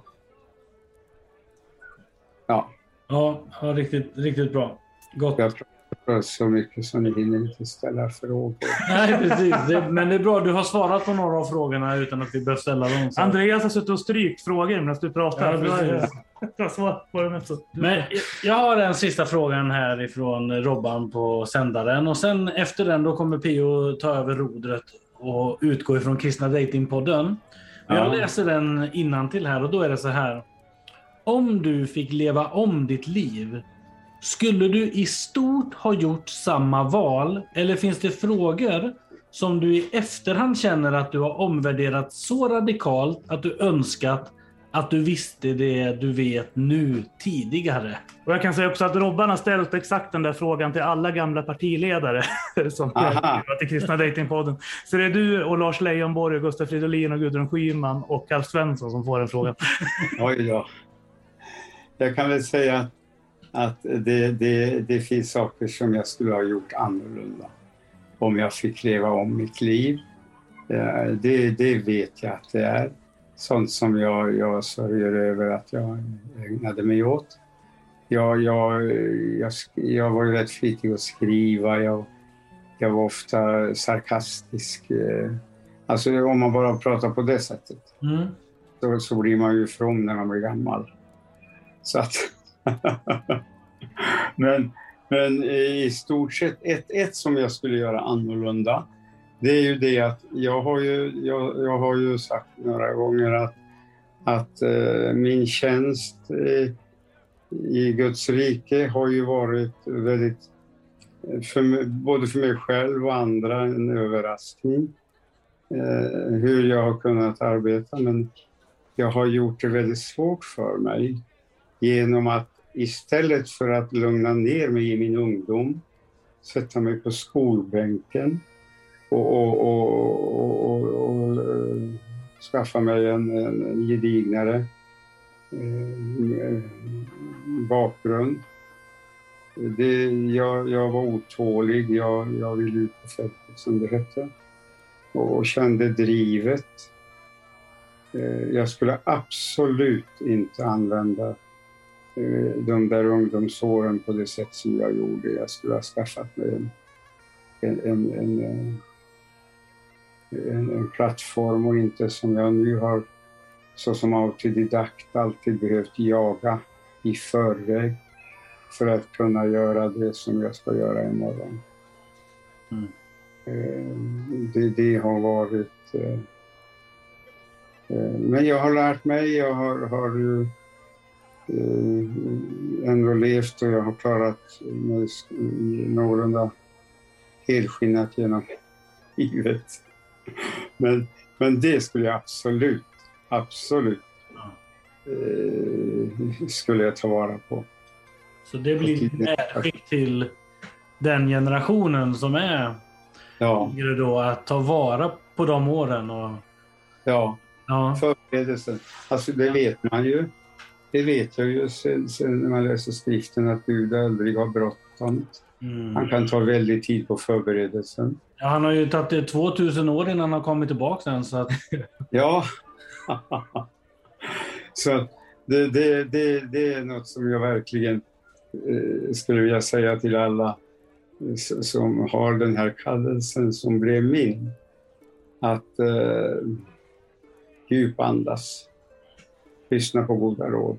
Ja.
Ja, ja riktigt, riktigt bra. Gott.
Jag pratar så mycket så ni hinner inte ställa frågor.
Nej, precis. Det, men det är bra. Du har svarat på några av frågorna utan att vi behöver ställa dem. Så.
Andreas har suttit och strykt frågor medan du pratar.
Ja,
jag svar på dem också.
Men jag har en sista frågan här ifrån Robban på sändaren. Och sen efter den då kommer P O ta över rodret och utgå ifrån Kristna Datingpodden. Ja. Jag läser den innantill här och då är det så här. Om du fick leva om ditt liv, skulle du i stort ha gjort samma val? Eller finns det frågor som du i efterhand känner att du har omvärderat så radikalt att du önskat att du visste det du vet nu tidigare? Och jag kan säga också att Robban har ställt exakt den där frågan till alla gamla partiledare som var till Kristna Datingpodden. Så det är du och Lars Leijonborg, Gustaf Fridolin och Gudrun Schyman och Alf Svensson som får den frågan.
Oj då. Jag kan väl säga att, att det, det, det finns saker som jag skulle ha gjort annorlunda om jag fick leva om mitt liv. Det, det vet jag att det är. Sånt som jag, jag sörjer över att jag ägnade mig åt. Jag, jag, jag, jag var ju rätt flitig att skriva. Jag, jag var ofta sarkastisk. Alltså om man bara pratar på det sättet. Mm. Så, så blir man ju from när man blir gammal. Så att men, men i stort sett ett, ett som jag skulle göra annorlunda, det är ju det att jag har ju, jag, jag har ju sagt några gånger att, att uh, min tjänst uh, i Guds rike har ju varit väldigt, för, både för mig själv och andra, en överraskning. Uh, hur jag har kunnat arbeta, men jag har gjort det väldigt svårt för mig. Genom att istället för att lugna ner mig i min ungdom, sätta mig på skolbänken och, och, och, och, och, och skaffa mig en, en gedignare eh, bakgrund. Det, jag, jag var otålig, jag, jag ville ut på fältet som det hette och, och kände drivet. Eh, jag skulle absolut inte använda de där ungdomsåren på det sätt som jag gjorde. Jag skulle ha skaffat mig en, en, en, en, en, en plattform och inte som jag nu har så som autodidakt alltid behövt jaga i förväg för att kunna göra det som jag ska göra imorgon. Mm. Det, det har varit... Men jag har lärt mig, jag har, har ju ändå levt och jag har klarat mig någorlunda helskinnat genom livet. Men, men det skulle jag absolut, absolut eh, skulle jag ta vara på.
Så det blir medskick till den generationen som är
ja.
då, att ta vara på de åren. Och...
Ja,
ja.
Förberedelsen. Alltså det vet man ju. Det vet jag ju sen, sen när man läser skriften att Gud aldrig har bråttom. Mm. Han kan ta väldigt tid på förberedelsen.
Ja, han har ju tagit det tvåtusen år innan han har kommit tillbaka sen. Så att...
ja. Så det, det, det, det är något som jag verkligen eh, skulle vilja säga till alla som har den här kallelsen som blev min. Att eh, djupandas. Lyssna på goda råd.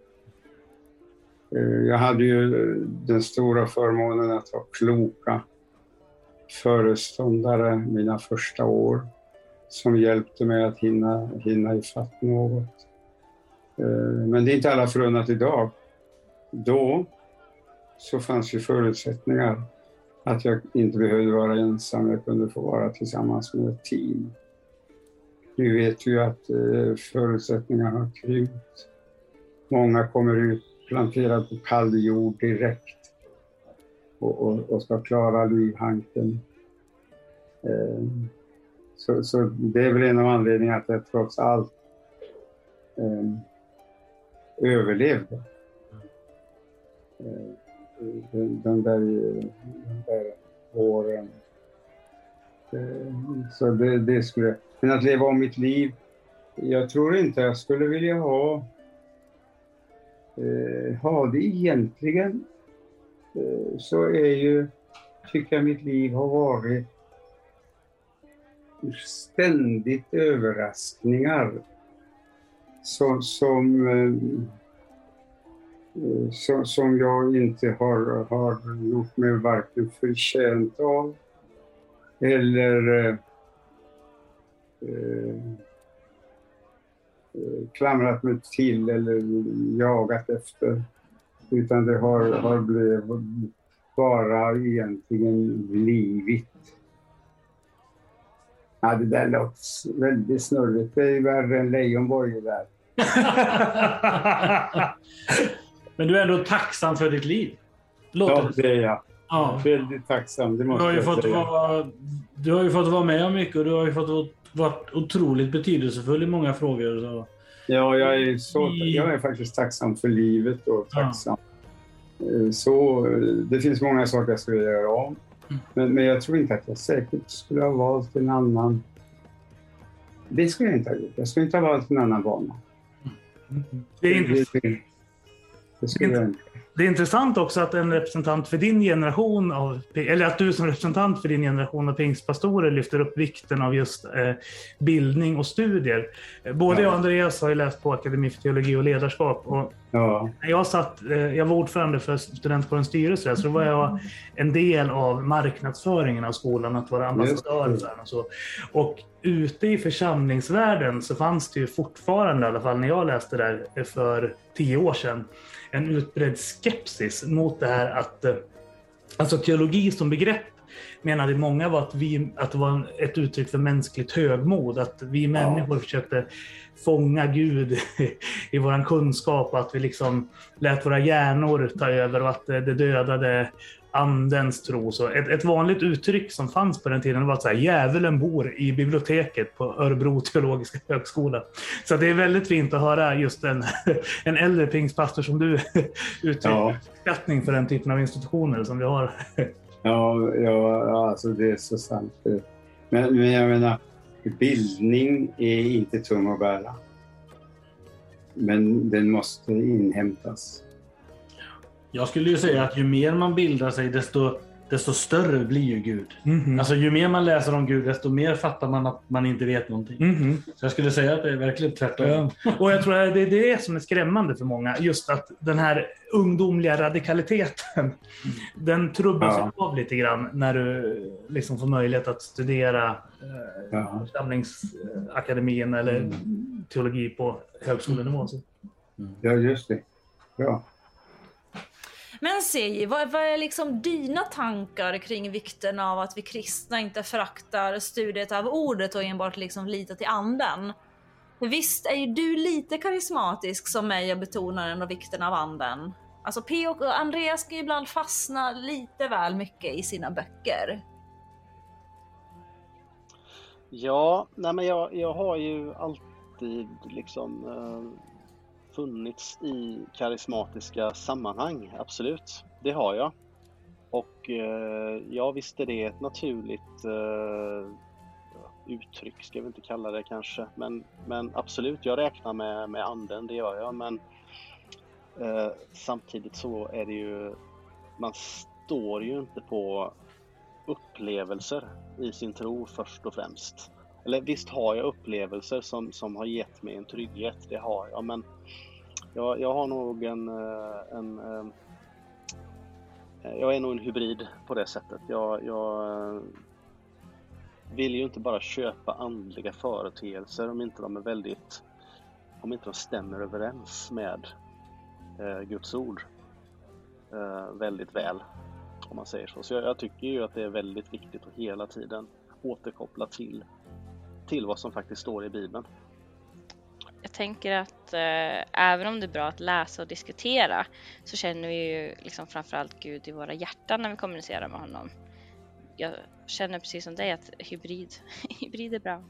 Eh, jag hade ju den stora förmånen att ha kloka föreståndare mina första år. Som hjälpte mig att hinna, hinna ifatt något. Eh, men det är inte alla förunnat idag. Då så fanns ju förutsättningar att jag inte behövde vara ensam, jag kunde få vara tillsammans med ett team. Nu vet vi att eh, förutsättningarna har krympt. Många kommer ut planterade på kall jord direkt och, och, och ska klara livhanken. Eh, så, så det är väl en av anledningarna att jag trots allt eh, överlevde. Eh, Den, den, där, den där åren. Så det, det skulle... Men att leva om mitt liv, jag tror inte jag skulle vilja ha, eh, ha det egentligen. Eh, så är ju, tycker jag mitt liv har varit ständigt överraskningar. Så, som... Eh, Som, som jag inte har, har gjort mig varken förtjänt av eller eh, eh, klamrat mig till eller jagat efter. Utan det har, har blivit bara egentligen blivit. Ja, det där låter väldigt snurrigt. Det är värre än Leijonborg där.
Men du är ändå tacksam för ditt liv.
Låter ja, det är jag. Ja. Väldigt tacksam, det måste
du har ju
jag
fått
säga.
Vara, du har ju fått vara med om mycket och du har ju fått varit otroligt betydelsefull i många frågor. Så.
Ja, jag är, så, jag är faktiskt tacksam för livet och tacksam. Ja. Så det finns många saker jag skulle göra om. Mm. Men, men jag tror inte att jag säkert skulle ha valt en annan. Det skulle jag inte ha gjort. Jag skulle inte ha valt en annan bana.
Mm. Det är intressant. Det, det, det, det är intressant också att en representant för din generation av, eller att du som representant för din generation av pingstpastorer lyfter upp vikten av just eh, bildning och studier. Både ja. jag och Andreas har ju läst på Akademi för teologi och ledarskap och
ja.
när jag satt, eh, jag var ordförande för studentkårens styrelse, så då var jag en del av marknadsföringen av skolan, att vara ambassadör och så. Och ute i församlingsvärlden så fanns det ju fortfarande, i alla fall när jag läste där för tio år sedan, en utbredd skepsis mot det här att alltså teologi som begrepp menade många var att, vi, att det var ett uttryck för mänskligt högmod, att vi människor ja. försökte fånga Gud i våran kunskap, att vi liksom lät våra hjärnor ta över och att det dödade andens tro. Så ett, ett vanligt uttryck som fanns på den tiden var att så här, djävulen bor i biblioteket på Örebro teologiska högskola. Så det är väldigt fint att höra just en, en äldre pingstpastor som du uttrycker ja. uppskattning för den typen av institutioner som vi har.
Ja, ja alltså det är så sant. Men, men jag menar, bildning är inte tung att bära. Men den måste inhämtas.
Jag skulle ju säga att ju mer man bildar sig, desto, desto större blir ju Gud. Mm-hmm. Alltså ju mer man läser om Gud, desto mer fattar man att man inte vet någonting. Mm-hmm. Så jag skulle säga att det är verkligen tvärtom.
Ja. Och jag tror att det är det som är skrämmande för många. Just att den här ungdomliga radikaliteten, mm. den trubbas ja. av lite grann när du liksom får möjlighet att studera eh, ja. församlingsakademin eller mm. teologi på högskolenivå.
Mm. Ja, just det. Ja.
Men Seji, vad, vad är liksom dina tankar kring vikten av att vi kristna inte föraktar studiet av ordet och enbart liksom litar till anden? För visst är ju du lite karismatisk som mig och betonar ändå vikten av anden. Alltså P och Andreas ska ju ibland fastna lite väl mycket i sina böcker.
Ja, nej men jag, jag har ju alltid liksom eh, funnits i karismatiska sammanhang, absolut. Det har jag. Och eh, ja, visst är det ett naturligt eh, uttryck, ska vi inte kalla det kanske. Men, men absolut, jag räknar med, med anden, det gör jag. Men eh, samtidigt så är det ju, man står ju inte på upplevelser i sin tro först och främst. Eller visst har jag upplevelser som, som har gett mig en trygghet, det har jag. Men jag, jag har nog en, en, en jag är nog en hybrid på det sättet. Jag, jag vill ju inte bara köpa andliga företeelser om inte de är väldigt, om inte de stämmer överens med eh, Guds ord eh, väldigt väl, om man säger så. Så jag, jag tycker ju att det är väldigt viktigt att hela tiden återkoppla till, till vad som faktiskt står i Bibeln.
Jag tänker att eh, även om det är bra att läsa och diskutera, så känner vi ju liksom framförallt Gud i våra hjärtan när vi kommunicerar med honom. Jag känner precis som dig att hybrid, hybrid är bra.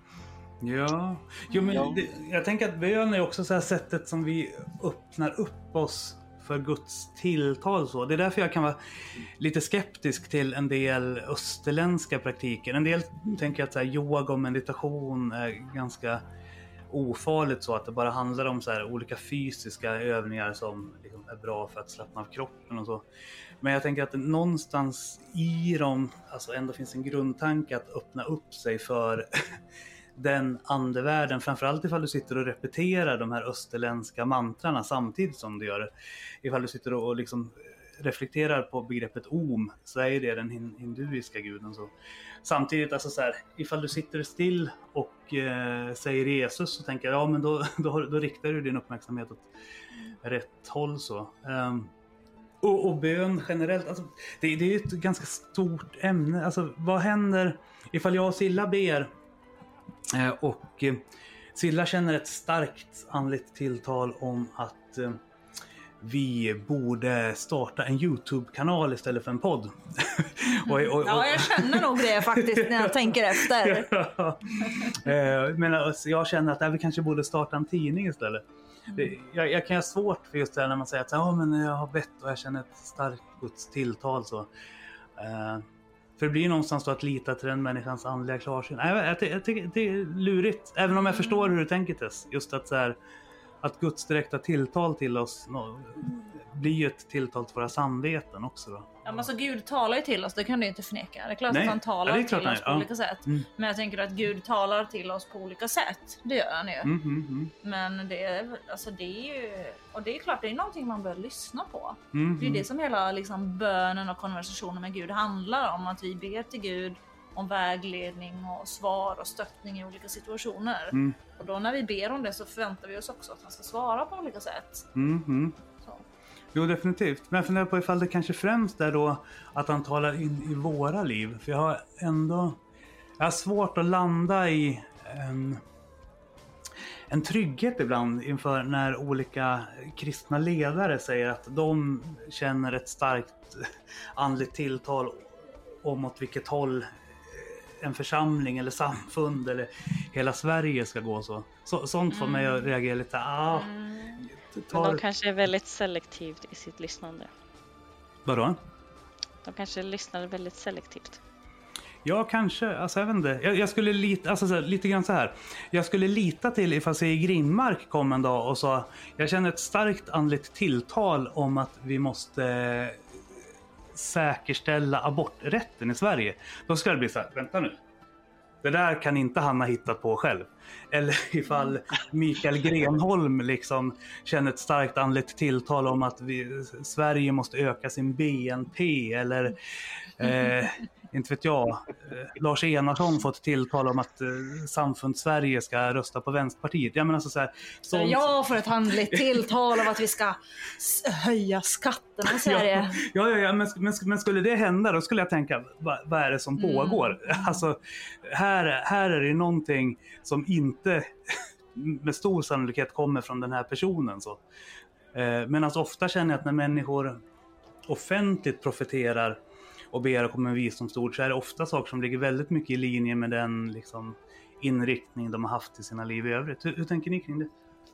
Ja, jo, men
Ja.
Det, jag tänker att bön är också så här sättet som vi öppnar upp oss för Guds tilltal. Så. Det är därför jag kan vara lite skeptisk till en del österländska praktiker. En del tänker att så här, yoga och meditation är ganska ofarligt, så att det bara handlar om så här olika fysiska övningar som liksom är bra för att slappna av kroppen och så. Men jag tänker att det någonstans i dem alltså ändå finns en grundtanke att öppna upp sig för den andevärlden, framförallt ifall du sitter och repeterar de här österländska mantrarna samtidigt som du gör det. Ifall du sitter och liksom reflekterar på begreppet Om, så är det den hinduiska guden. Så. Samtidigt, alltså så här, ifall du sitter still och eh, säger Jesus, så tänker jag, ja men då, då, då riktar du din uppmärksamhet åt rätt håll. Så. Um, och, och bön generellt, alltså, det, det är ett ganska stort ämne. Alltså, vad händer ifall jag och Silla ber eh, och eh, Silla känner ett starkt andligt tilltal om att eh, vi borde starta en YouTube-kanal istället för en podd. och, och, och,
Ja, jag känner nog det faktiskt när jag tänker efter.
ja. Men alltså, jag känner att vi kanske borde starta en tidning istället. Mm. Jag, jag kan ha svårt för just det när man säger att ja, men jag har bett och jag känner ett starkt Guds tilltal. Så. Uh, för det blir någonstans då att lita till den människans andliga klarsyn. Jag, jag, jag, jag tycker det är lurigt, även om jag förstår hur du tänker, Tess. Just att så här, att Guds direkta tilltal till oss no, blir ju ett tilltal till våra samveten också då.
Ja, men alltså Gud talar ju till oss, det kan du inte förneka. Det är klart
Nej.
att han talar
Ja,
till
nej.
oss på
Ja.
olika sätt.
Mm.
Men jag tänker att Gud talar till oss på olika sätt. Det gör han ju.
Mm, mm, mm.
Men det är, alltså det är ju, och det är klart, det är någonting man bör lyssna på.
Mm,
Det är det som hela liksom, bönen och konversationen med Gud handlar om. Att vi ber till Gud om vägledning och svar och stöttning i olika situationer.
Mm.
Och då när vi ber om det så förväntar vi oss också att han ska svara på olika sätt.
Mm, mm.
Så.
Jo, definitivt. Men jag funderar på ifall det kanske främst är då att han talar in i våra liv. För jag har ändå jag har svårt att landa i en, en trygghet ibland inför när olika kristna ledare säger att de känner ett starkt andligt tilltal om åt vilket håll en församling eller samfund eller hela Sverige ska gå. Så, så sånt får mig att reagera lite. Ah,
Men de kanske är väldigt selektivt i sitt lyssnande.
Vadå?
De kanske lyssnar väldigt selektivt.
Ja, kanske. Alltså, jag vet inte. Jag, jag skulle lita, alltså, så här, lite grann så här. Jag skulle lita till ifall Sigge Grimmark kom en dag och sa jag känner ett starkt andligt tilltal om att vi måste säkerställa aborträtten i Sverige. Då ska det bli så här, vänta nu. Det där kan inte han ha hittat på själv. Eller ifall Mikael Grenholm liksom känner ett starkt andligt tilltal om att vi, Sverige måste öka sin B N P. Eller eh, inte vet jag, eh, Lars Enarsson fått tilltal om att eh, Samfund Sverige ska rösta på Vänsterpartiet. Jag menar alltså så här, sånt...
Jag får ett handligt tilltal om att vi ska höja skatterna i Sverige.
Ja, ja, ja men, men, men skulle det hända, då skulle jag tänka, vad, vad är det som
Mm.
pågår? Alltså, här, här är det någonting som inte med stor sannolikhet kommer från den här personen. Så. Eh, men alltså, ofta känner jag att när människor offentligt profeterar och ber om en visdomsord, så är det ofta saker som ligger väldigt mycket i linje med den liksom, inriktning de har haft i sina liv i övrigt. Hur, hur tänker ni kring det?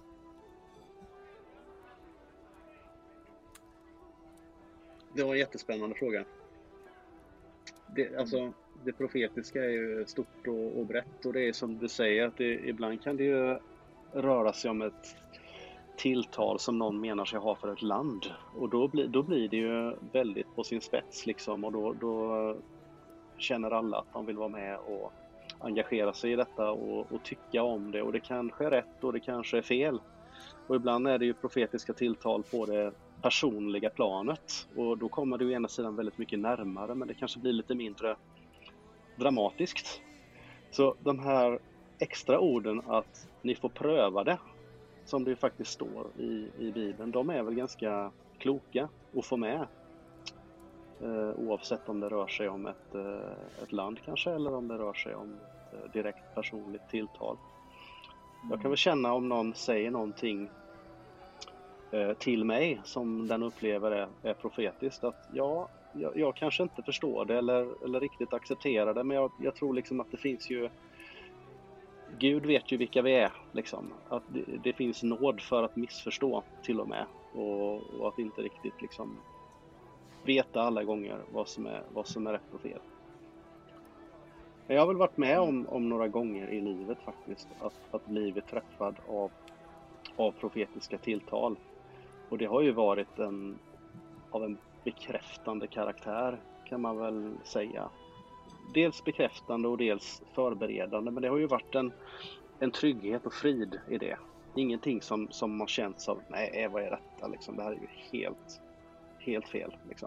Det var en jättespännande fråga. Det, alltså, det profetiska är ju stort och, och brett, och det är som du säger att det, ibland kan det ju röra sig om ett tilltal som någon menar sig ha för ett land, och då, bli, då blir det ju väldigt på sin spets liksom, och då, då känner alla att de vill vara med och engagera sig i detta och, och tycka om det, och det kanske är rätt och det kanske är fel, och ibland är det ju profetiska tilltal på det personliga planet, och då kommer det ju ena sidan väldigt mycket närmare, men det kanske blir lite mindre dramatiskt. Så de här extra orden att ni får pröva det, som det faktiskt står i, i Bibeln, de är väl ganska kloka att få med. Eh, oavsett om det rör sig om ett, eh, ett land kanske, eller om det rör sig om ett eh, direkt personligt tilltal. Jag kan väl känna om någon säger någonting eh, till mig som den upplever är, är profetiskt, att ja, jag, jag kanske inte förstår det eller, eller riktigt accepterar det, men jag, jag tror liksom att det finns ju, Gud vet ju vilka vi är liksom, att det, det finns nåd för att missförstå till och med, och, och att inte riktigt liksom veta alla gånger vad som är, vad som är rätt och fel. Jag har väl varit med om, om några gånger i livet faktiskt att, att blivit träffad av, av profetiska tilltal, och det har ju varit en, av en bekräftande karaktär kan man väl säga. Dels bekräftande och dels förberedande, men det har ju varit en, en trygghet och frid i det. Ingenting som, som har känts av, nej vad är detta liksom, det här är ju helt, helt fel liksom.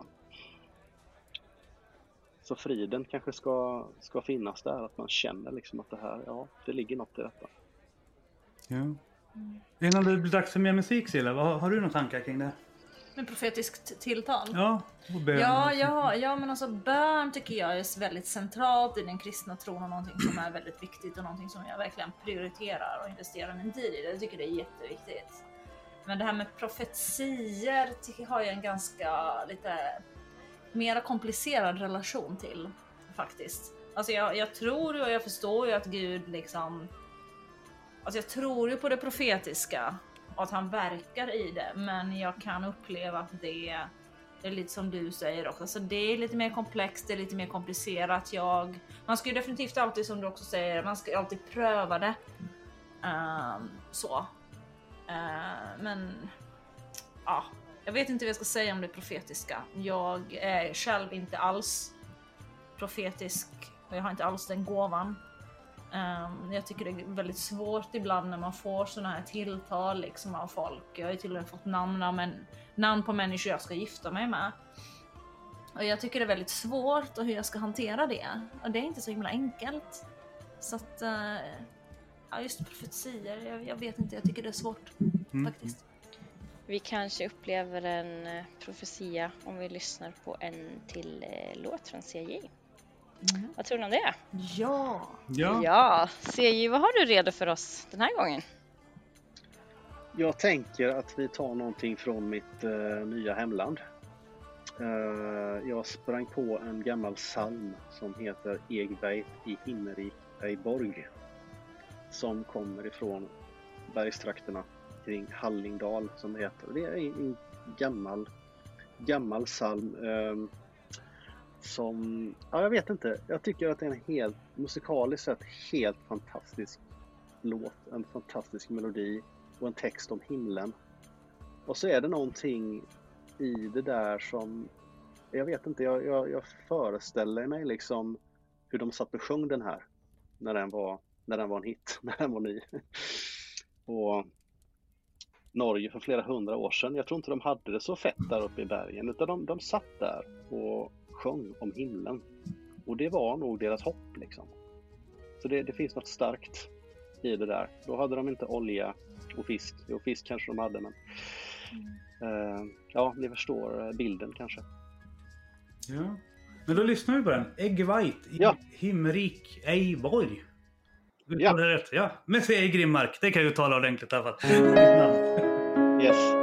Så friden kanske ska, ska finnas där, att man känner liksom att det här, ja, det ligger något i detta.
Ja. Mm. Innan det blir dags för mer musik, Silla, har, har du några tankar kring det?
Med profetiskt tilltal?
Ja, och bön.
Ja, ja, ja, men alltså bön tycker jag är väldigt centralt i den kristna tron, och någonting som är väldigt viktigt och någonting som jag verkligen prioriterar och investerar min tid i. Jag tycker det är jätteviktigt. Men det här med profetier tycker jag har jag en ganska lite mer komplicerad relation till faktiskt. Alltså jag, jag tror och jag förstår ju att Gud liksom, alltså jag tror ju på det profetiska och att han verkar i det, men jag kan uppleva att det är, det är lite som du säger också. Alltså det är lite mer komplext, det är lite mer komplicerat. Jag, man ska ju definitivt alltid, som du också säger, man ska alltid pröva det. Um, så. Uh, men ja, jag vet inte vad jag ska säga om det profetiska. Jag är själv inte alls profetisk, och jag har inte alls den gåvan. Um, jag tycker det är väldigt svårt ibland när man får såna här tilltal liksom av folk. Jag har ju till och med fått namn, av men, namn på människor jag ska gifta mig med. Och jag tycker det är väldigt svårt och hur jag ska hantera det. Och det är inte så himla enkelt. Så att, uh, ja, just profetier, jag, jag vet inte, jag tycker det är svårt mm. faktiskt.
Vi kanske upplever en profetia om vi lyssnar på en till eh, låt från C J. Mm. Vad tror ni om det?
Ja.
Ja.
Ja, C J, vad har du redo för oss den här gången?
Jag tänker att vi tar någonting från mitt uh, nya hemland. Uh, jag sprang på en gammal psalm som heter Egberg i himmerik Eiborg, som kommer ifrån bergstrakterna kring Hallingdal som det heter. Det är en gammal gammal psalm uh, som, ja jag vet inte, jag tycker att det är en helt musikaliskt sett helt fantastisk låt, en fantastisk melodi och en text om himlen. Och så är det någonting i det där som, jag vet inte, jag, jag, jag föreställer mig liksom hur de satt och sjöng den här när den var, när den var en hit, när den var ny. Och Norge för flera hundra år sedan, jag tror inte de hade det så fett där uppe i bergen, utan de, de satt där och sjöng om himlen. Och det var nog deras hopp liksom. Så det, det finns något starkt i det där. Då hade de inte olja och fisk. Jo, fisk kanske de hade, men uh, ja, ni förstår bilden kanske.
Ja. Men då lyssnar vi på den. Egg White i ja. Himmerik Eiborg.
Ja.
Ja, men säg Grimmark. Det kan jag ju tala ordentligt i alla fall.
Yes.